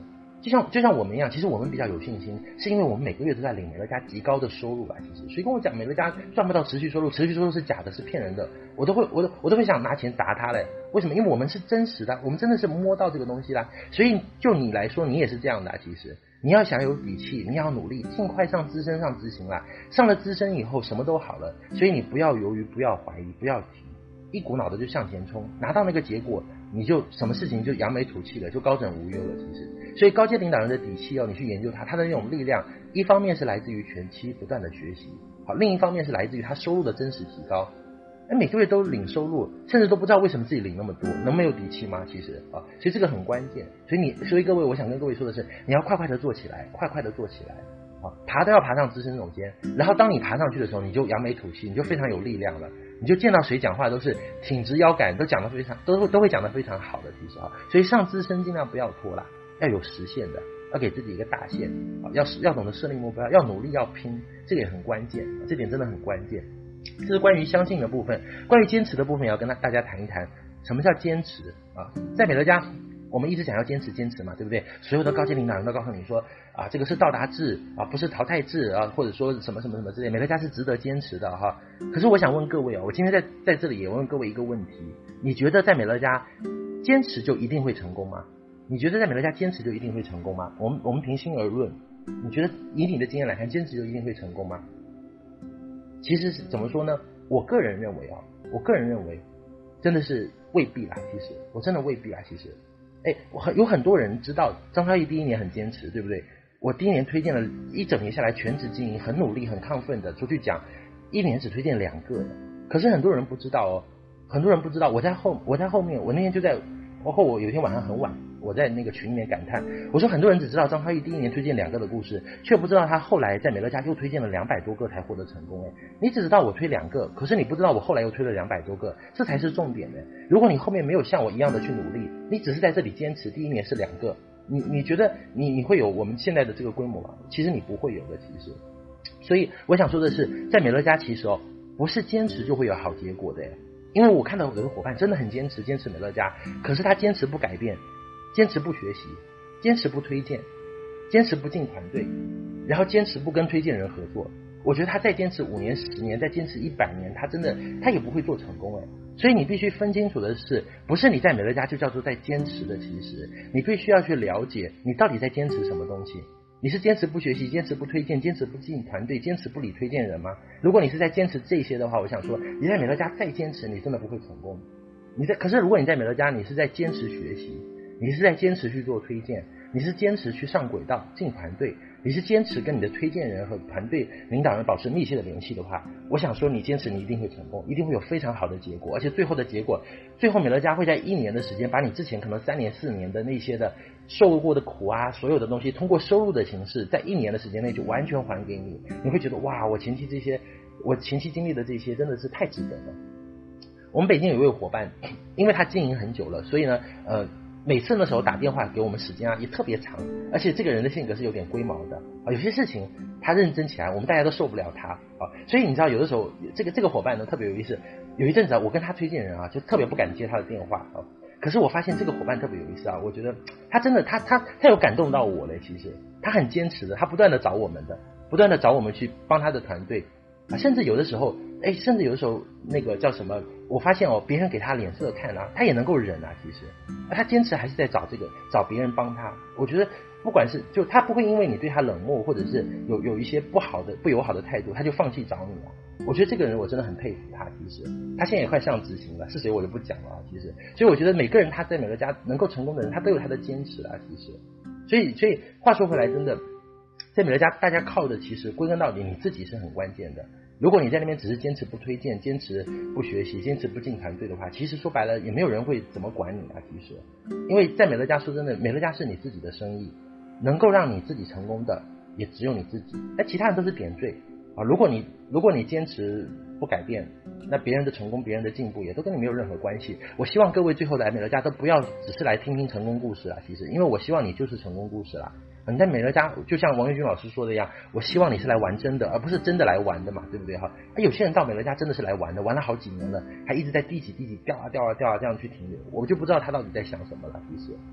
就像就像我们一样，其实我们比较有信心，是因为我们每个月都在领美乐家极高的收入吧。其实，谁跟我讲美乐家赚不到持续收入，持续收入是假的，是骗人的，我都会我都我都会想拿钱砸他嘞。为什么？因为我们是真实的，我们真的是摸到这个东西啦。所以就你来说，你也是这样的、啊。其实你要想有底气，你要努力，尽快上资深上执行啦。上了资深以后，什么都好了。所以你不要犹豫，不要怀疑，不要停，一股脑的就向前冲，拿到那个结果，你就什么事情就扬眉吐气了，就高枕无忧了。其实，所以高阶领导人的底气哦，你去研究他，他的那种力量，一方面是来自于前期不断的学习，好，另一方面是来自于他收入的真实提高。哎，每个月都领收入，甚至都不知道为什么自己领那么多，能没有底气吗？其实啊，所以这个很关键。所以你，所以各位，我想跟各位说的是，你要快快的做起来，快快的做起来。啊，爬都要爬上资深总监，然后当你爬上去的时候，你就扬眉吐气，你就非常有力量了，你就见到谁讲话都是挺直腰杆，都讲得非常，都都会讲得非常好的，其实啊，所以上资深尽量不要拖啦，要有实现的，要给自己一个大线，啊，要要懂得设立目标，要努力，要拼，这个也很关键，这点真的很关键。这是关于相信的部分，关于坚持的部分，也要跟大家谈一谈，什么叫坚持啊？在美乐家，我们一直讲要坚持坚持嘛，对不对？所有的高阶领导人都告诉你说啊，这个是到达制啊，不是淘汰制啊，或者说什么什么什么之类，美乐家是值得坚持的哈。可是我想问各位啊，我今天在在这里也问各位一个问题，你觉得在美乐家坚持就一定会成功吗？你觉得在美乐家坚持就一定会成功吗？我们我们平心而论，你觉得以你的经验来看，坚持就一定会成功吗？其实是怎么说呢？我个人认为啊，我个人认为真的是未必啦。其实我真的未必啦。其实，哎，我很有很多人知道张超毅第一年很坚持，对不对？我第一年推荐了一整年下来全职经营，很努力、很亢奋的出去讲，一年只推荐两个的。可是很多人不知道哦，很多人不知道。我在后，我在后面，我那天就在，包括我有一天晚上很晚。我在那个群里面感叹，我说很多人只知道张超毅第一年推荐两个的故事，却不知道他后来在美乐家又推荐了两百多个才获得成功。哎，你只知道我推两个，可是你不知道我后来又推了两百多个，这才是重点呢。如果你后面没有像我一样的去努力，你只是在这里坚持，第一年是两个，你你觉得你你会有我们现在的这个规模吗？其实你不会有的，其实。所以我想说的是，在美乐家其实哦，不是坚持就会有好结果的。因为我看到有的伙伴真的很坚持，坚持美乐家，可是他坚持不改变。坚持不学习，坚持不推荐，坚持不进团队，然后坚持不跟推荐人合作。我觉得他再坚持五年、十年，再坚持一百年，他真的他也不会做成功哎。所以你必须分清楚的是，不是你在美乐家就叫做在坚持的，其实你必须要去了解你到底在坚持什么东西。你是坚持不学习，坚持不推荐，坚持不进团队，坚持不理推荐人吗？如果你是在坚持这些的话，我想说你在美乐家再坚持，你真的不会成功。你在可是如果你在美乐家，你是在坚持学习。你是在坚持去做推荐，你是坚持去上轨道进团队，你是坚持跟你的推荐人和团队领导人保持密切的联系的话，我想说你坚持你一定会成功，一定会有非常好的结果，而且最后的结果，最后美乐家会在一年的时间把你之前可能三年四年的那些的受过的苦啊，所有的东西通过收入的形式，在一年的时间内就完全还给你，你会觉得哇，我前期这些我前期经历的这些真的是太值得了。我们北京有一位伙伴，因为他经营很久了，所以呢呃每次的时候打电话给我们时间啊也特别长，而且这个人的性格是有点龟毛的啊，有些事情他认真起来我们大家都受不了他啊，所以你知道有的时候这个这个伙伴呢特别有意思，有一阵子啊我跟他推荐人啊就特别不敢接他的电话啊，可是我发现这个伙伴特别有意思啊，我觉得他真的他他他有感动到我嘞，其实他很坚持的，他不断的找我们的，不断的找我们去帮他的团队啊，甚至有的时候哎，甚至有的时候那个叫什么，我发现哦，别人给他脸色看啊，他也能够忍啊。其实，他坚持还是在找这个，找别人帮他。我觉得，不管是就他不会因为你对他冷漠，或者是有有一些不好的、不友好的态度，他就放弃找你了。我觉得这个人我真的很佩服他。其实，他现在也快上执行了，是谁我就不讲了啊。其实，所以我觉得每个人他在美乐家能够成功的人，他都有他的坚持啊。其实，所以所以话说回来，真的在美乐家，大家靠的其实归根到底，你自己是很关键的。如果你在那边只是坚持不推荐，坚持不学习，坚持不进团队的话，其实说白了也没有人会怎么管你啊。其实因为在美乐家，说真的，美乐家是你自己的生意，能够让你自己成功的也只有你自己，那其他人都是点缀啊。如果你如果你坚持不改变，那别人的成功，别人的进步也都跟你没有任何关系。我希望各位最后来美乐家都不要只是来听听成功故事啦，其实因为我希望你就是成功故事啦。你在美乐家就像王岳军老师说的一样，我希望你是来玩真的，而不是真的来玩的嘛，对不对哈？有些人到美乐家真的是来玩的，玩了好几年了，还一直在低级低级掉啊掉啊掉啊这样去停留，我就不知道他到底在想什么了，其实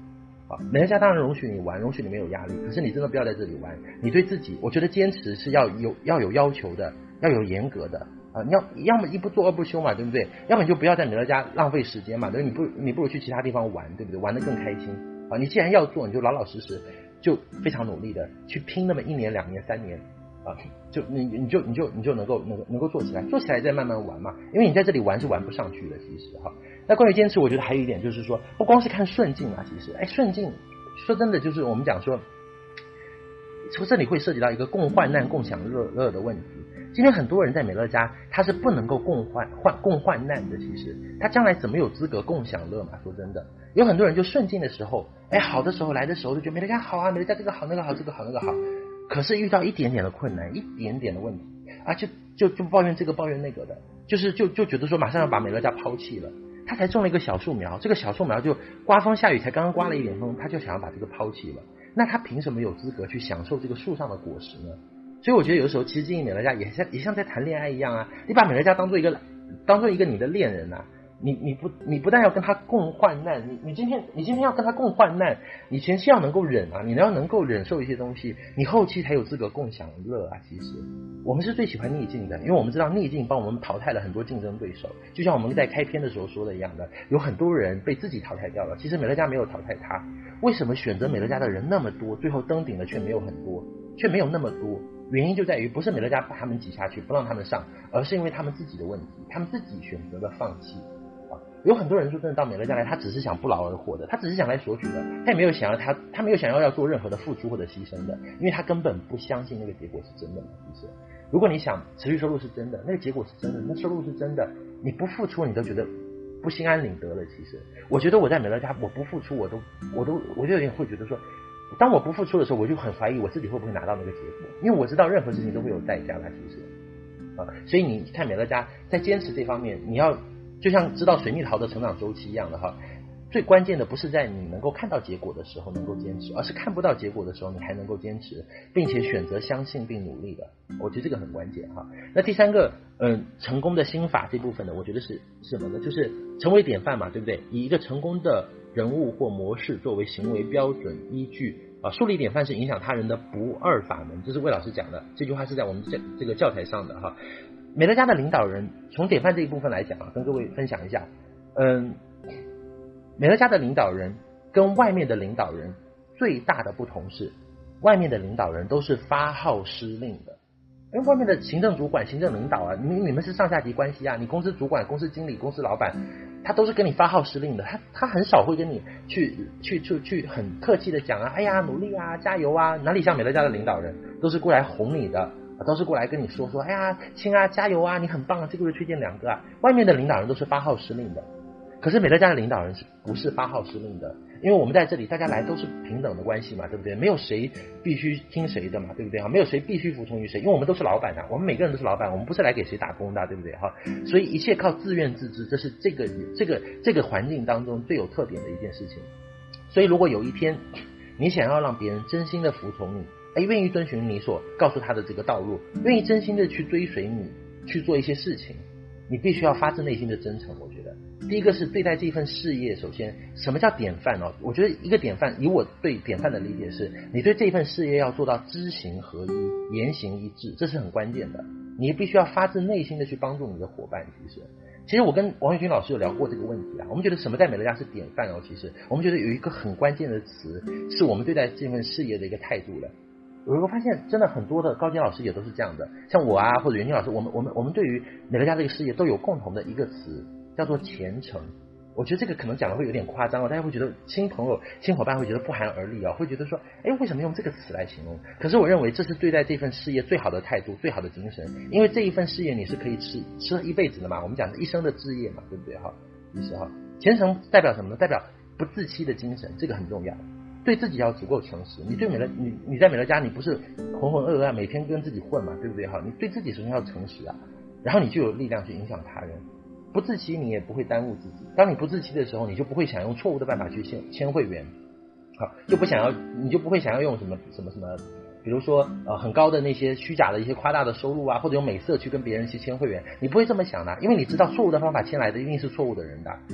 啊，美乐家当然容许你玩，容许你没有压力，可是你真的不要在这里玩。你对自己，我觉得坚持是要有要有要求的，要有严格的啊。你要要么一不做二不休嘛，对不对？要么你就不要在美乐家浪费时间嘛，对，你不你不如去其他地方玩，对不对？玩得更开心啊。你既然要做，你就老老实实，就非常努力的去拼那么一年、两年、三年啊，就你你就你就你就能够能够能够做起来，做起来再慢慢玩嘛。因为你在这里玩是玩不上去的，其实哈。那关于坚持，我觉得还有一点就是说，不光是看顺境啊，其实，哎，顺境说真的就是我们讲说，从这里会涉及到一个共患难、共享乐乐的问题。今天很多人在美乐家，他是不能够共患患共患难的。其实他将来怎么有资格共享乐嘛？说真的，有很多人就顺境的时候，哎，好的时候来的时候就觉得美乐家好啊，美乐家这个好那个好这个好那个好，可是遇到一点点的困难，一点点的问题啊，就就就抱怨这个抱怨那个的，就是就就觉得说马上要把美乐家抛弃了。他才种了一个小树苗，这个小树苗就刮风下雨，才刚刚刮了一点风，他就想要把这个抛弃了。那他凭什么有资格去享受这个树上的果实呢？所以我觉得有的时候，其实经营美乐家也像也像在谈恋爱一样啊，你把美乐家当做一个当做一个你的恋人啊。你你不你不但要跟他共患难，你你今天你今天要跟他共患难，你前期要能够忍啊，你要能够忍受一些东西，你后期才有资格共享乐啊。其实我们是最喜欢逆境的，因为我们知道逆境帮我们淘汰了很多竞争对手，就像我们在开篇的时候说的一样的，有很多人被自己淘汰掉了，其实美乐家没有淘汰他。为什么选择美乐家的人那么多，最后登顶的却没有很多，却没有那么多？原因就在于不是美乐家把他们挤下去不让他们上，而是因为他们自己的问题，他们自己选择了放弃。有很多人说真的到美乐家来，他只是想不劳而获的，他只是想来索取的，他也没有想要他他没有想要要做任何的付出或者牺牲的，因为他根本不相信那个结果是真的嘛。其实如果你想持续收入是真的，那个结果是真的，那收入是真的，你不付出你都觉得不心安理得了。其实我觉得我在美乐家我不付出，我都我都我就有点会觉得说，当我不付出的时候，我就很怀疑我自己会不会拿到那个结果，因为我知道任何事情都会有代价啦。其实啊，所以你看美乐家在坚持这方面，你要就像知道水蜜桃的成长周期一样的哈，最关键的不是在你能够看到结果的时候能够坚持，而是看不到结果的时候你还能够坚持，并且选择相信并努力的。我觉得这个很关键哈。那第三个，嗯，成功的心法这部分呢，我觉得是什么呢？就是成为典范嘛，对不对？以一个成功的人物或模式作为行为标准依据啊，树立典范是影响他人的不二法门，这是魏老师讲的，这句话是在我们这这个教材上的哈。美乐家的领导人从典范这一部分来讲啊，跟各位分享一下，嗯，美乐家的领导人跟外面的领导人最大的不同是，外面的领导人都是发号施令的，因为外面的行政主管、行政领导啊，你你们是上下级关系啊，你公司主管、公司经理、公司老板，他都是跟你发号施令的，他他很少会跟你去去去去很客气的讲啊，哎呀努力啊，加油啊，哪里像美乐家的领导人，都是过来哄你的。都是过来跟你说说，哎呀，亲啊，加油啊，你很棒啊，这个月推荐两个啊。外面的领导人都是发号施令的，可是美乐家的领导人是不是发号施令的？因为我们在这里，大家来都是平等的关系嘛，对不对？没有谁必须听谁的嘛，对不对？没有谁必须服从于谁，因为我们都是老板啊，我们每个人都是老板，我们不是来给谁打工的，对不对？哈，所以一切靠自愿自知，这是这个这个这个环境当中最有特点的一件事情。所以如果有一天你想要让别人真心的服从你，哎，愿意遵循你所告诉他的这个道路，愿意真心的去追随你去做一些事情，你必须要发自内心的真诚。我觉得第一个是对待这份事业，首先什么叫典范哦？我觉得一个典范，以我对典范的理解是，你对这份事业要做到知行合一，言行一致，这是很关键的。你必须要发自内心的去帮助你的伙伴。其实其实我跟王玉军老师有聊过这个问题啊，我们觉得什么在美乐家是典范哦？其实我们觉得有一个很关键的词，是我们对待这份事业的一个态度了。我会发现真的很多的高阶老师也都是这样的，像我啊或者袁军老师，我们我们我们对于美乐家这个事业都有共同的一个词，叫做虔诚。我觉得这个可能讲的会有点夸张哦，大家会觉得新朋友新伙伴会觉得不寒而栗哦，会觉得说，哎，为什么用这个词来形容？可是我认为这是对待这份事业最好的态度，最好的精神，因为这一份事业你是可以吃吃一辈子的嘛，我们讲是一生的志业嘛，对不对哈？意思哈，虔诚代表什么呢？代表不自欺的精神，这个很重要。对自己要足够诚实，你对美乐你你在美乐家你不是浑浑噩噩每天跟自己混嘛，对不对哈？你对自己首先要诚实啊，然后你就有力量去影响他人。不自欺你也不会耽误自己，当你不自欺的时候，你就不会想用错误的办法去签签会员，好，就不想要你就不会想要用什么什么什么，比如说呃很高的那些虚假的一些夸大的收入啊，或者用美色去跟别人去签会员，你不会这么想的，因为你知道错误的方法签来的一定是错误的人的。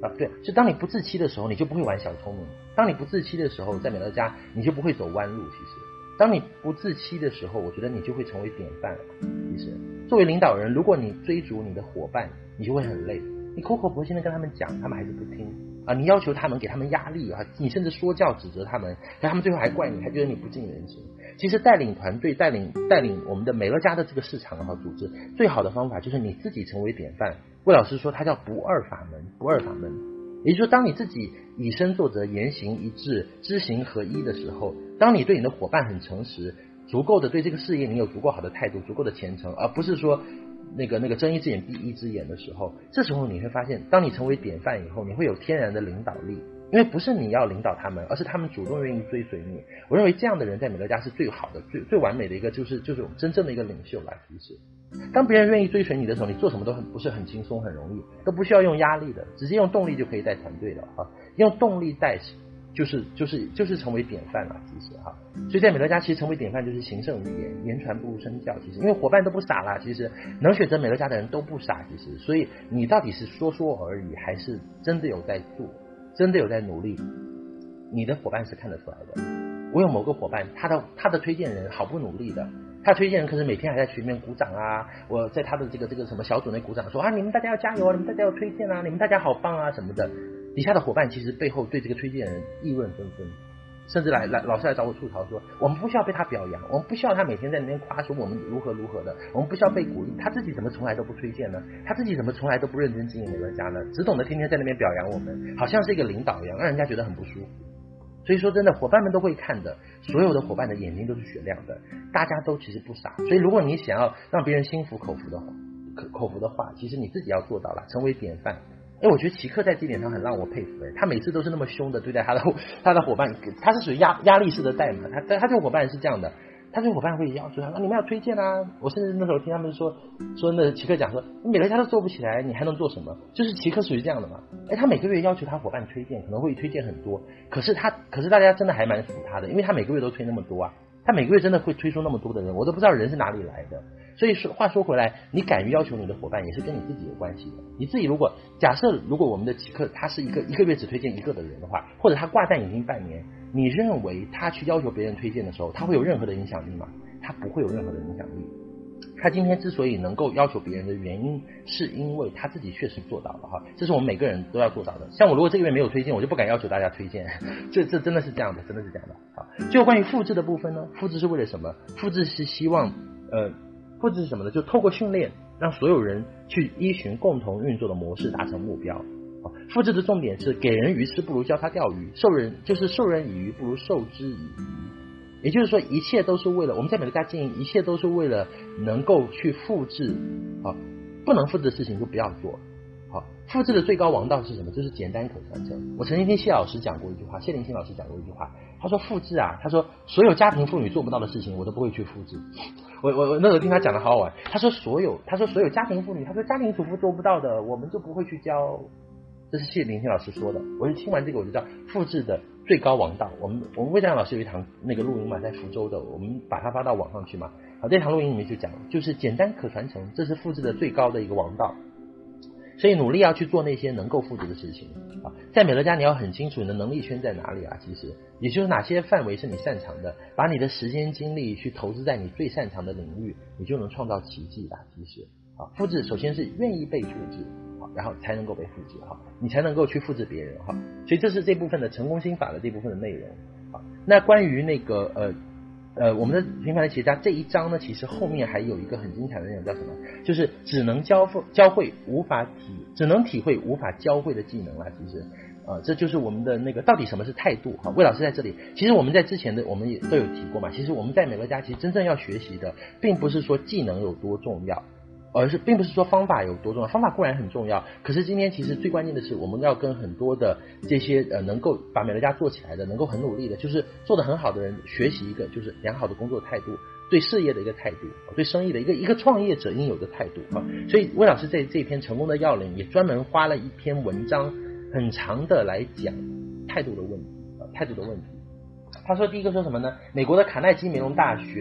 啊，对，就当你不自欺的时候，你就不会玩小聪明；当你不自欺的时候，在美乐家你就不会走弯路。其实，当你不自欺的时候，我觉得你就会成为典范了。其实，作为领导人，如果你追逐你的伙伴，你就会很累。你口口婆心的跟他们讲，他们还是不听啊！你要求他们，给他们压力啊！你甚至说教指责他们，但他们最后还怪你，还觉得你不近人情。其实带领团队、带领带领我们的美乐家的这个市场和组织，最好的方法就是你自己成为典范。魏老师说，他叫不二法门，不二法门。也就是说，当你自己以身作则、言行一致、知行合一的时候，当你对你的伙伴很诚实，足够的对这个事业你有足够好的态度、足够的虔诚，而不是说那个那个睁一只眼闭一只眼的时候，这时候你会发现，当你成为典范以后，你会有天然的领导力。因为不是你要领导他们，而是他们主动愿意追随你。我认为这样的人在美乐家是最好的、最最完美的一个，就是就是真正的一个领袖啦。其实，当别人愿意追随你的时候，你做什么都很不是很轻松、很容易，都不需要用压力的，直接用动力就可以带团队了啊！用动力带，就是就是就是成为典范了。其实哈，所以在美乐家，其实成为典范就是行胜于言，言传不如身教。其实，因为伙伴都不傻啦，其实能选择美乐家的人都不傻。其实，所以你到底是说说而已，还是真的有在做？真的有在努力，你的伙伴是看得出来的。我有某个伙伴，他的他的推荐人毫不努力的，他推荐人可是每天还在群里面鼓掌啊，我在他的这个这个什么小组内鼓掌说啊，你们大家要加油啊，你们大家要推荐啊，你们大家好棒啊什么的。底下的伙伴其实背后对这个推荐人议论纷纷，甚至来来老师来找我吐槽说，我们不需要被他表扬，我们不需要他每天在那边夸说我们如何如何的，我们不需要被鼓励，他自己怎么从来都不推荐呢？他自己怎么从来都不认真经营美乐家呢？只懂得天天在那边表扬我们，好像是一个领导一样，让人家觉得很不舒服。所以说真的，伙伴们都会看的，所有的伙伴的眼睛都是雪亮的，大家都其实不傻。所以如果你想要让别人心服口服的话，口服的话，其实你自己要做到了，成为典范。哎，我觉得奇克在这点上很让我佩服哎，他每次都是那么凶的对待他的他的伙伴，他是属于压压力式的带嘛，他他这个伙伴是这样的，他这个伙伴会要求他，你们要推荐啊，我甚至那时候听他们说说那奇克讲说，你美乐家都做不起来，你还能做什么？就是奇克属于这样的嘛，哎，他每个月要求他伙伴推荐，可能会推荐很多，可是他可是大家真的还蛮服他的，因为他每个月都推那么多啊，他每个月真的会推出那么多的人，我都不知道人是哪里来的。所以说话说回来，你敢于要求你的伙伴，也是跟你自己有关系的。你自己如果假设，如果我们的奇克他是一个一个月只推荐一个的人的话，或者他挂单已经半年，你认为他去要求别人推荐的时候，他会有任何的影响力吗？他不会有任何的影响力。他今天之所以能够要求别人的原因，是因为他自己确实做到了哈，这是我们每个人都要做到的。像我如果这个月没有推荐，我就不敢要求大家推荐，这这真的是这样的，真的是这样的。好，就关于复制的部分呢，复制是为了什么？复制是希望呃。复制是什么呢？就透过训练，让所有人去依循共同运作的模式达成目标。复制的重点是给人鱼吃不如教他钓鱼，授人就是授人以鱼不如授之以渔。也就是说，一切都是为了我们在美乐家经营，一切都是为了能够去复制。好，不能复制的事情就不要做。好，复制的最高王道是什么？就是简单可传承。我曾经听谢老师讲过一句话，谢林清老师讲过一句话，他说复制啊，他说所有家庭妇女做不到的事情，我都不会去复制。我我我那时候听他讲的好好玩，他说所有他说所有家庭妇女，他说家庭主妇做不到的，我们就不会去教。这是谢林清老师说的。我就听完这个，我就知道复制的最高王道。我们我们魏章老师有一堂那个录音嘛，在福州的，我们把它发到网上去嘛。好，这堂录音里面就讲，就是简单可传承，这是复制的最高的一个王道。所以努力要去做那些能够复制的事情啊，在美乐家你要很清楚你的能力圈在哪里啊，其实也就是哪些范围是你擅长的，把你的时间精力去投资在你最擅长的领域，你就能创造奇迹啦。其实啊，复制首先是愿意被复制，好，然后才能够被复制，好，你才能够去复制别人，好，所以这是这部分的成功心法的这部分的内容。好，那关于那个呃。呃，我们的平凡的企业家这一章呢，其实后面还有一个很精彩的内容，叫什么？就是只能教教会无法体，只能体会无法教会的技能啦。其实，呃，这就是我们的那个到底什么是态度？哈，魏老师在这里，其实我们在之前的我们也都有提过嘛。其实我们在美乐家，其实真正要学习的，并不是说技能有多重要。而是并不是说方法有多重要，方法固然很重要，可是今天其实最关键的是我们要跟很多的这些呃能够把美乐家做起来的，能够很努力的，就是做得很好的人学习一个就是良好的工作态度，对事业的一个态度，对生意的一个一个创业者应有的态度啊。所以魏老师在这篇成功的要领也专门花了一篇文章很长的来讲态度的问题，呃、态度的问题。他说第一个说什么呢？美国的卡耐基梅隆大学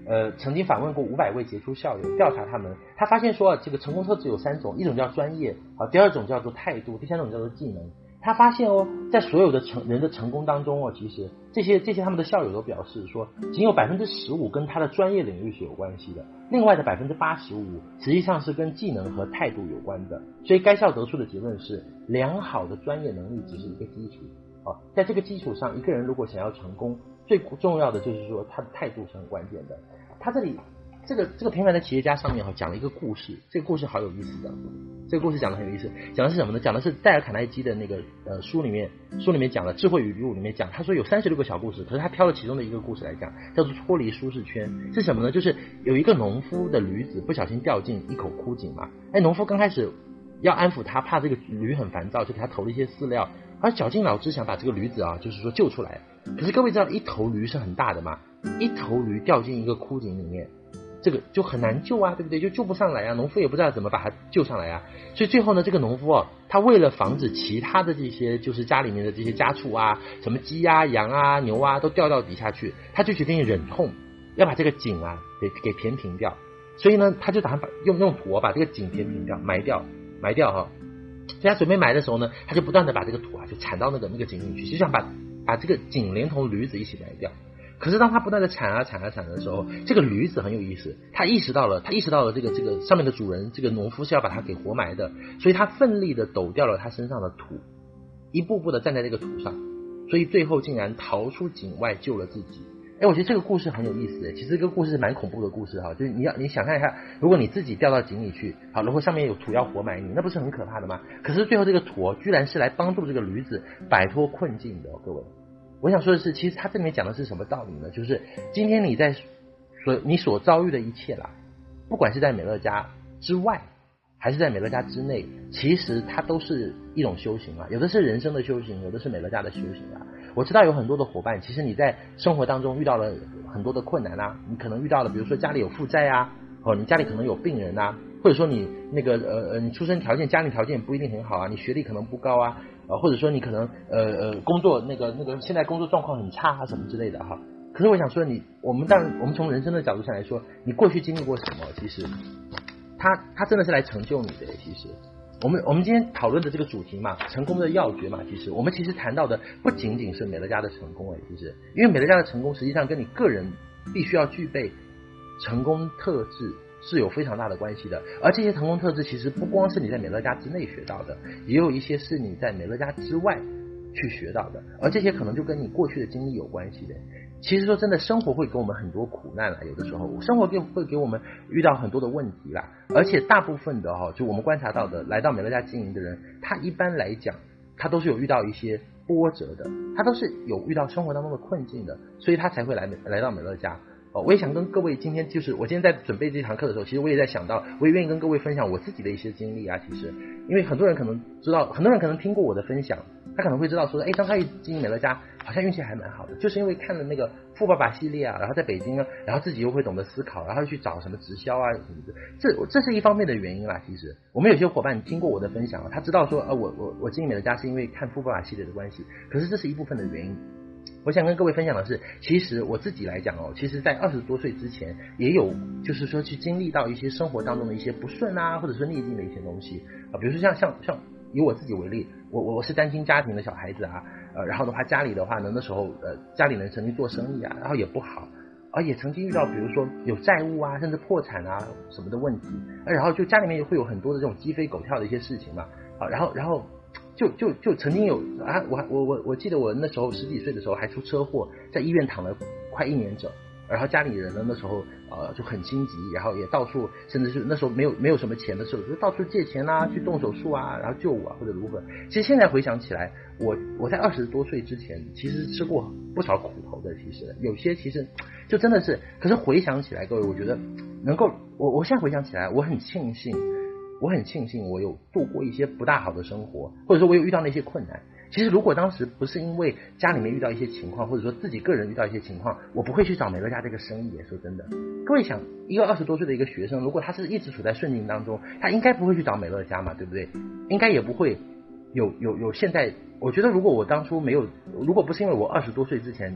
呃曾经访问过五百位杰出校友，调查他们，他发现说这个成功特质有三种，一种叫专业啊，第二种叫做态度，第三种叫做技能。他发现哦，在所有的成人的成功当中哦，其实这些这些他们的校友都表示说，仅有百分之十五跟他的专业领域是有关系的，另外的百分之八十五实际上是跟技能和态度有关的。所以该校得出的结论是，良好的专业能力只是一个基础啊，在这个基础上，一个人如果想要成功，最重要的就是说他的态度是很关键的。他这里这个这个平凡的企业家上面哈讲了一个故事，这个故事好有意思的。这个故事讲的很有意思，讲的是什么呢？讲的是戴尔·卡耐基的那个呃书里面，书里面讲了《智慧语录》里面讲，他说有三十六个小故事，可是他挑了其中的一个故事来讲，叫做脱离舒适圈。是什么呢？就是有一个农夫的驴子不小心掉进一口枯井嘛，哎，农夫刚开始要安抚他，怕这个驴很烦躁，就给他投了一些饲料，而绞尽脑汁想把这个驴子啊，就是说救出来。可是各位知道，一头驴是很大的嘛，一头驴掉进一个枯井里面，这个就很难救啊，对不对？就救不上来啊，农夫也不知道怎么把它救上来啊。所以最后呢，这个农夫啊，他为了防止其他的这些就是家里面的这些家畜啊，什么鸡啊、羊啊、牛啊都掉到底下去，他就决定忍痛要把这个井啊给给填平掉。所以呢，他就打算把用用土把这个井填平掉，埋掉，埋掉哈。所以他准备埋的时候呢，他就不断的把这个土啊就铲到那个那个井里去，就想把把这个井连同驴子一起埋掉。可是当他不断的铲啊铲啊铲的时候，这个驴子很有意思，他意识到了，他意识到了这个这个上面的主人，这个农夫是要把他给活埋的，所以他奋力的抖掉了他身上的土，一步步的站在这个土上，所以最后竟然逃出井外救了自己。哎，我觉得这个故事很有意思，其实这个故事是蛮恐怖的故事哈，就是你要你想看一下，如果你自己掉到井里去，好，如果上面有土要活埋你，那不是很可怕的吗？可是最后这个土、哦、居然是来帮助这个驴子摆脱困境的、哦，各位。我想说的是，其实他这里面讲的是什么道理呢？就是今天你在所你所遭遇的一切啦，不管是在美乐家之外，还是在美乐家之内，其实它都是一种修行啊。有的是人生的修行，有的是美乐家的修行啊。我知道有很多的伙伴，其实你在生活当中遇到了很多的困难啊，你可能遇到了，比如说家里有负债啊，哦，你家里可能有病人啊，或者说你那个呃呃，你出生条件、家庭条件不一定很好啊，你学历可能不高啊。呃，或者说你可能呃呃工作那个那个现在工作状况很差啊什么之类的哈。可是我想说你，我们当然我们从人生的角度上来说，你过去经历过什么，其实他他真的是来成就你的。其实我们我们今天讨论的这个主题嘛，成功的要诀嘛，其实我们其实谈到的不仅仅是美乐家的成功诶，其实因为美乐家的成功实际上跟你个人必须要具备成功特质是有非常大的关系的，而这些成功特质其实不光是你在美乐家之内学到的，也有一些是你在美乐家之外去学到的，而这些可能就跟你过去的经历有关系的。其实说真的，生活会给我们很多苦难啦，有的时候生活会给我们遇到很多的问题啦，而且大部分的哈，就我们观察到的来到美乐家经营的人，他一般来讲他都是有遇到一些波折的，他都是有遇到生活当中的困境的，所以他才会来来到美乐家。哦，我也想跟各位今天就是我今天在准备这堂课的时候，其实我也在想到，我也愿意跟各位分享我自己的一些经历啊。其实因为很多人可能知道，很多人可能听过我的分享，他可能会知道说，哎，张开宇经营美乐家好像运气还蛮好的，就是因为看了那个富爸爸系列啊，然后在北京啊，然后自己又会懂得思考，然后去找什么直销啊什么的，这这是一方面的原因啦。其实我们有些伙伴听过我的分享啊，他知道说，呃，我我我经营美乐家是因为看富爸爸系列的关系，可是这是一部分的原因。我想跟各位分享的是，其实我自己来讲哦，其实在二十多岁之前也有就是说去经历到一些生活当中的一些不顺啊，或者说逆境的一些东西啊，比如说像像像以我自己为例，我我我是单亲家庭的小孩子啊，呃，然后的话家里的话呢，那时候呃家里人曾经做生意啊，然后也不好，而也曾经遇到比如说有债务啊，甚至破产啊什么的问题，然后就家里面会有很多的这种鸡飞狗跳的一些事情嘛，啊，然后然后。就就就曾经有啊，我我我我记得我那时候十几岁的时候还出车祸，在医院躺了快一年整，然后家里人呢那时候呃就很心急，然后也到处，甚至是那时候没有没有什么钱的时候，就到处借钱啊，去动手术啊，然后救我啊或者如何。其实现在回想起来，我我在二十多岁之前其实吃过不少苦头的，其实有些其实就真的是，可是回想起来，各位，我觉得能够我我现在回想起来，我很庆幸。我很庆幸我有度过一些不大好的生活，或者说我有遇到那些困难。其实如果当时不是因为家里面遇到一些情况，或者说自己个人遇到一些情况，我不会去找美乐家这个生意。说真的，各位想，一个二十多岁的一个学生，如果他是一直处在顺境当中，他应该不会去找美乐家嘛，对不对？应该也不会有有有现在。我觉得如果我当初没有，如果不是因为我二十多岁之前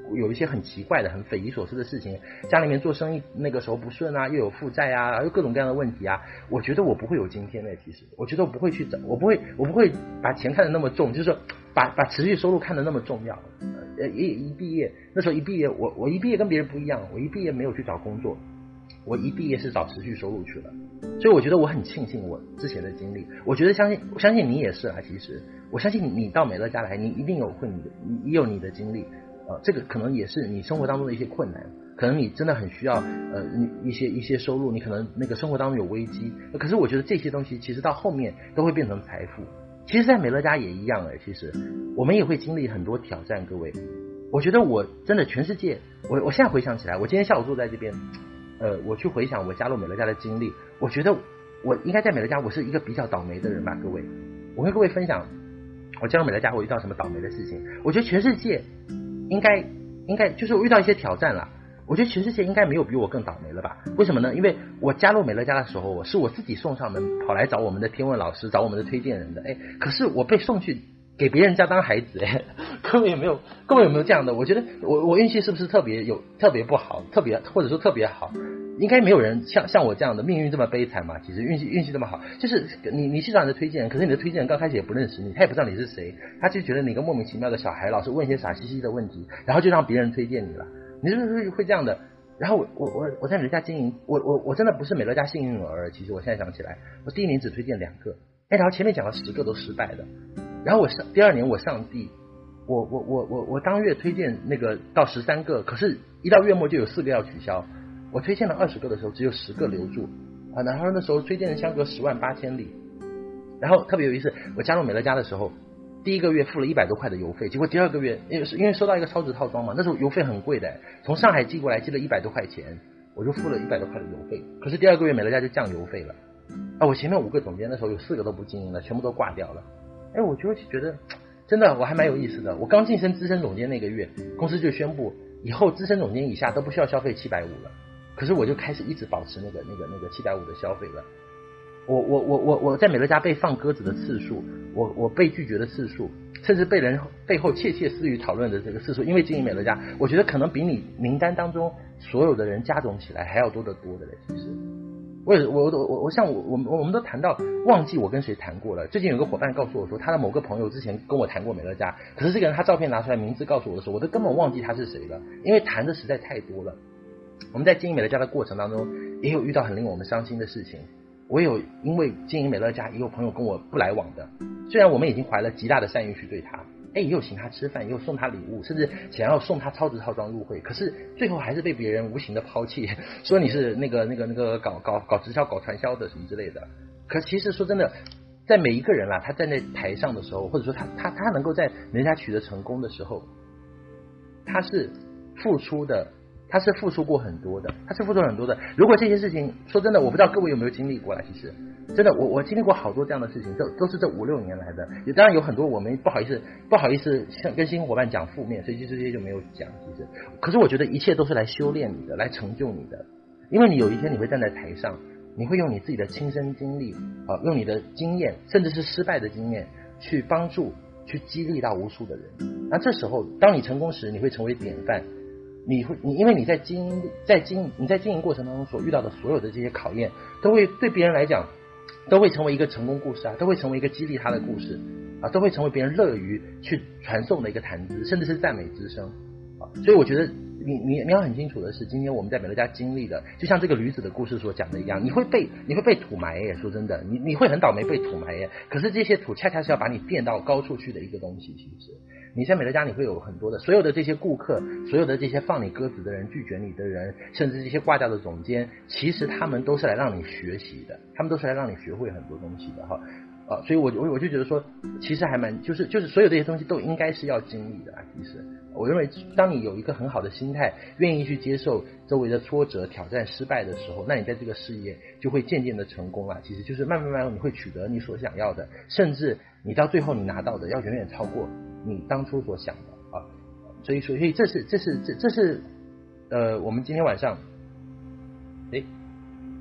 有一些很奇怪的、很匪夷所思的事情，家里面做生意那个时候不顺啊，又有负债啊，又各种各样的问题啊，我觉得我不会有今天的。其实我觉得我不会去找，我不会我不会把钱看得那么重，就是说把把持续收入看得那么重要。呃，一一毕业那时候一毕业，我我一毕业跟别人不一样，我一毕业没有去找工作，我一毕业是找持续收入去了。所以我觉得我很庆幸我之前的经历，我觉得相信我相信你也是啊。其实我相信你到美乐家来，你一定有会你的你有你的经历。呃，这个可能也是你生活当中的一些困难，可能你真的很需要呃一些一些收入，你可能那个生活当中有危机，可是我觉得这些东西其实到后面都会变成财富。其实在美乐家也一样哎，其实我们也会经历很多挑战。各位，我觉得我真的全世界，我我现在回想起来，我今天下午坐在这边，呃，我去回想我加入美乐家的经历，我觉得我应该在美乐家我是一个比较倒霉的人吧。各位，我跟各位分享我加入美乐家我遇到什么倒霉的事情。我觉得全世界应该应该就是我遇到一些挑战了，我觉得全世界应该没有比我更倒霉了吧？为什么呢？因为我加入美乐家的时候，是我自己送上门，跑来找我们的天问老师，找我们的推荐人的。哎，可是我被送去给别人家当孩子，哎，各位有没有？各位有没有这样的？我觉得我我运气是不是特别有特别不好，特别或者说特别好？应该没有人像像我这样的命运这么悲惨嘛？其实运气运气这么好，就是你你去找你的推荐人，可是你的推荐人刚开始也不认识你，他也不知道你是谁，他就觉得你一个莫名其妙的小孩，老是问一些傻兮兮的问题，然后就让别人推荐你了。你是不是会这样的？然后我我我我在美乐家经营，我我我真的不是美乐家幸运儿。其实我现在想起来，我第一年只推荐两个，哎，然后前面讲了十个都失败的，然后我上第二年我上地，我我我我我当月推荐那个到十三个，可是一到月末就有四个要取消。我推荐了二十个的时候，只有十个留住啊。然后那时候推荐人相隔十万八千里，然后特别有意思，我加入美乐家的时候，第一个月付了一百多块的邮费，结果第二个月因为因为收到一个超值套装嘛，那时候邮费很贵的，从上海寄过来寄了一百多块钱，我就付了一百多块的邮费。可是第二个月美乐家就降邮费了啊！我前面五个总监的时候有四个都不经营了，全部都挂掉了。哎，我就觉得真的我还蛮有意思的。我刚晋升资深总监那个月，公司就宣布以后资深总监以下都不需要消费七百五了。可是我就开始一直保持那个那个那个七百五的消费了。我我我我我在美乐家被放鸽子的次数，我我被拒绝的次数，甚至被人背后窃窃私语讨论的这个次数，因为经营美乐家，我觉得可能比你名单当中所有的人加总起来还要多得多的嘞。其实，我我我我像我我们我们都谈到忘记我跟谁谈过了。最近有个伙伴告诉我说，他的某个朋友之前跟我谈过美乐家，可是这个人他照片拿出来，名字告诉我的时候，我都根本忘记他是谁了，因为谈的实在太多了。我们在经营美乐家的过程当中，也有遇到很令我们伤心的事情。我有因为经营美乐家，也有朋友跟我不来往的，虽然我们已经怀了极大的善意去对他，哎，也有请他吃饭，也有送他礼物，甚至想要送他超值套装入会，可是最后还是被别人无情的抛弃，说你是那个那个那个搞搞搞直销、搞传销的什么之类的。可其实说真的，在每一个人啦，他站在台上的时候，或者说他他他能够在美乐家取得成功的时候，他是付出的。他是付出过很多的，他是付出很多的。如果这些事情，说真的，我不知道各位有没有经历过啦。其实，真的，我我经历过好多这样的事情，都都是这五六年来的。也当然有很多我们不好意思不好意思像跟新伙伴讲负面，所以这些就没有讲。其实，可是我觉得一切都是来修炼你的，来成就你的。因为你有一天你会站在台上，你会用你自己的亲身经历啊，用你的经验，甚至是失败的经验，去帮助、去激励到无数的人。那这时候，当你成功时，你会成为典范。你会，你因为你在经营，在经你在经营过程当中所遇到的所有的这些考验，都会对别人来讲，都会成为一个成功故事啊，都会成为一个激励他的故事啊，都会成为别人乐于去传颂的一个谈资，甚至是赞美之声啊。所以我觉得你你你要很清楚的是，今天我们在美乐家经历的，就像这个驴子的故事所讲的一样，你会被你会被土埋耶，说真的，你你会很倒霉被土埋耶。可是这些土恰恰是要把你垫到高处去的一个东西，其实。你在美乐家你会有很多的所有的这些顾客，所有的这些放你鸽子的人，拒绝你的人，甚至这些挂掉的总监，其实他们都是来让你学习的，他们都是来让你学会很多东西的哈。啊，所以我我我就觉得说，其实还蛮就是就是所有这些东西都应该是要经历的啊。其实我认为，当你有一个很好的心态，愿意去接受周围的挫折、挑战、失败的时候，那你在这个事业就会渐渐的成功啊。其实就是慢慢慢慢你会取得你所想要的，甚至你到最后你拿到的要远远超过你当初所想的啊。所以所以这是这是这这是呃我们今天晚上，诶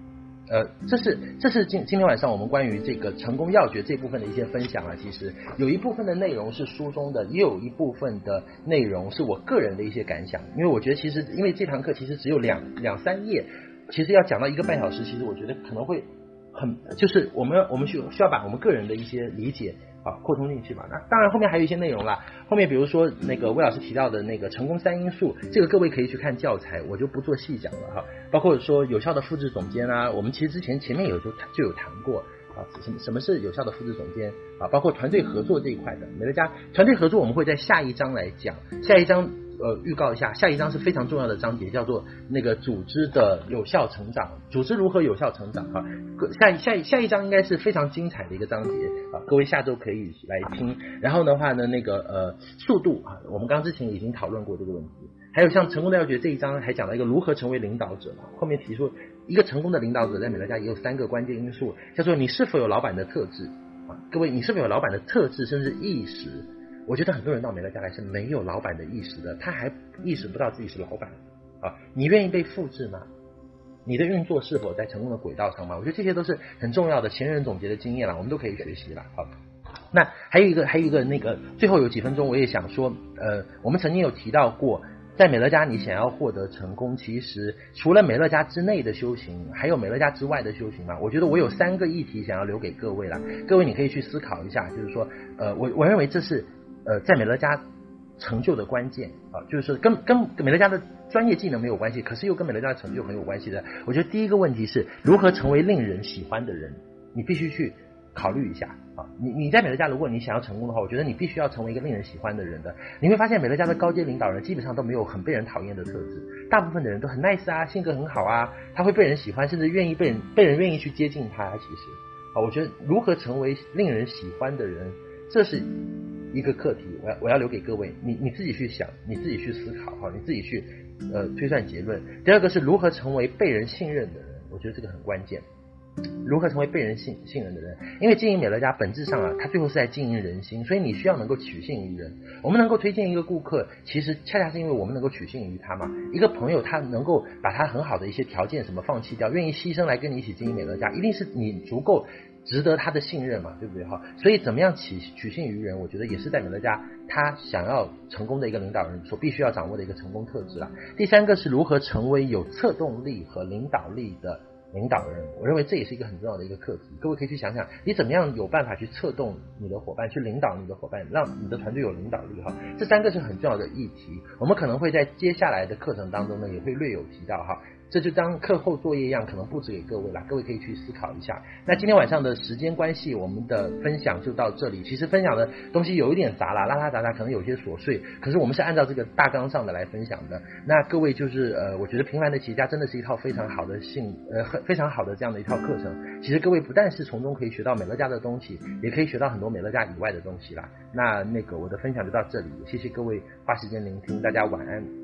呃，这是这是今今天晚上我们关于这个成功要诀这部分的一些分享啊。其实有一部分的内容是书中的，也有一部分的内容是我个人的一些感想。因为我觉得其实因为这堂课其实只有两两三页，其实要讲到一个半小时，其实我觉得可能会很就是我们我们需需要把我们个人的一些理解啊扩充进去吧。那当然后面还有一些内容啦，后面比如说那个魏老师提到的那个成功三因素，这个各位可以去看教材，我就不做细讲了哈。包括说有效的复制总监啊，我们其实之前前面有就就有谈过啊，什么什么是有效的复制总监啊，包括团队合作这一块的，美乐家团队合作我们会在下一章来讲，下一章呃预告一下，下一章是非常重要的章节，叫做那个组织的有效成长，组织如何有效成长啊，下下下一章应该是非常精彩的一个章节啊，各位下周可以来听。然后的话呢，那个呃速度啊，我们刚之前已经讨论过这个问题。还有像成功的要诀这一章还讲了一个如何成为领导者，后面提出一个成功的领导者在美乐家也有三个关键因素，叫做你是否有老板的特质啊，各位你是否有老板的特质甚至意识。我觉得很多人到美乐家来是没有老板的意识的，他还意识不到自己是老板啊。你愿意被复制吗？你的运作是否在成功的轨道上吗？我觉得这些都是很重要的前人总结的经验啦，我们都可以学习啦。好，那还有一个还有一个那个最后有几分钟我也想说，呃，我们曾经有提到过，在美乐家你想要获得成功，其实除了美乐家之内的修行，还有美乐家之外的修行嘛。我觉得我有三个议题想要留给各位啦，各位你可以去思考一下，就是说呃，我我认为这是呃在美乐家成就的关键啊，就是跟跟美乐家的专业技能没有关系，可是又跟美乐家的成就很有关系的。我觉得第一个问题是如何成为令人喜欢的人，你必须去考虑一下啊！你你在美乐家，如果你想要成功的话，我觉得你必须要成为一个令人喜欢的人的。你会发现美乐家的高阶领导人基本上都没有很被人讨厌的特质，大部分的人都很 nice 啊，性格很好啊，他会被人喜欢，甚至愿意被人被人愿意去接近他。其实啊，我觉得如何成为令人喜欢的人，这是一个课题，我要我要留给各位，你你自己去想，你自己去思考哈，你自己去呃推算结论。第二个是如何成为被人信任的人，我觉得这个很关键。如何成为被人信信任的人？因为经营美乐家本质上啊，它最后是在经营人心，所以你需要能够取信于人。我们能够推荐一个顾客，其实恰恰是因为我们能够取信于他嘛。一个朋友他能够把他很好的一些条件什么放弃掉，愿意牺牲来跟你一起经营美乐家，一定是你足够值得他的信任嘛，对不对哈？所以怎么样取取信于人，我觉得也是在美乐家他想要成功的一个领导人所必须要掌握的一个成功特质啦。第三个是如何成为有策动力和领导力的领导人，我认为这也是一个很重要的一个课题。各位可以去想想，你怎么样有办法去策动你的伙伴，去领导你的伙伴，让你的团队有领导力哈。这三个是很重要的议题，我们可能会在接下来的课程当中呢，也会略有提到哈。这就当课后作业一样，可能布置给各位啦，各位可以去思考一下。那今天晚上的时间关系，我们的分享就到这里。其实分享的东西有一点杂啦，拉拉杂杂，可能有些琐碎，可是我们是按照这个大纲上的来分享的。那各位就是呃，我觉得平凡的企业家真的是一套非常好的性呃非常好的这样的一套课程。其实各位不但是从中可以学到美乐家的东西，也可以学到很多美乐家以外的东西啦。那那个我的分享就到这里，谢谢各位花时间聆听，大家晚安。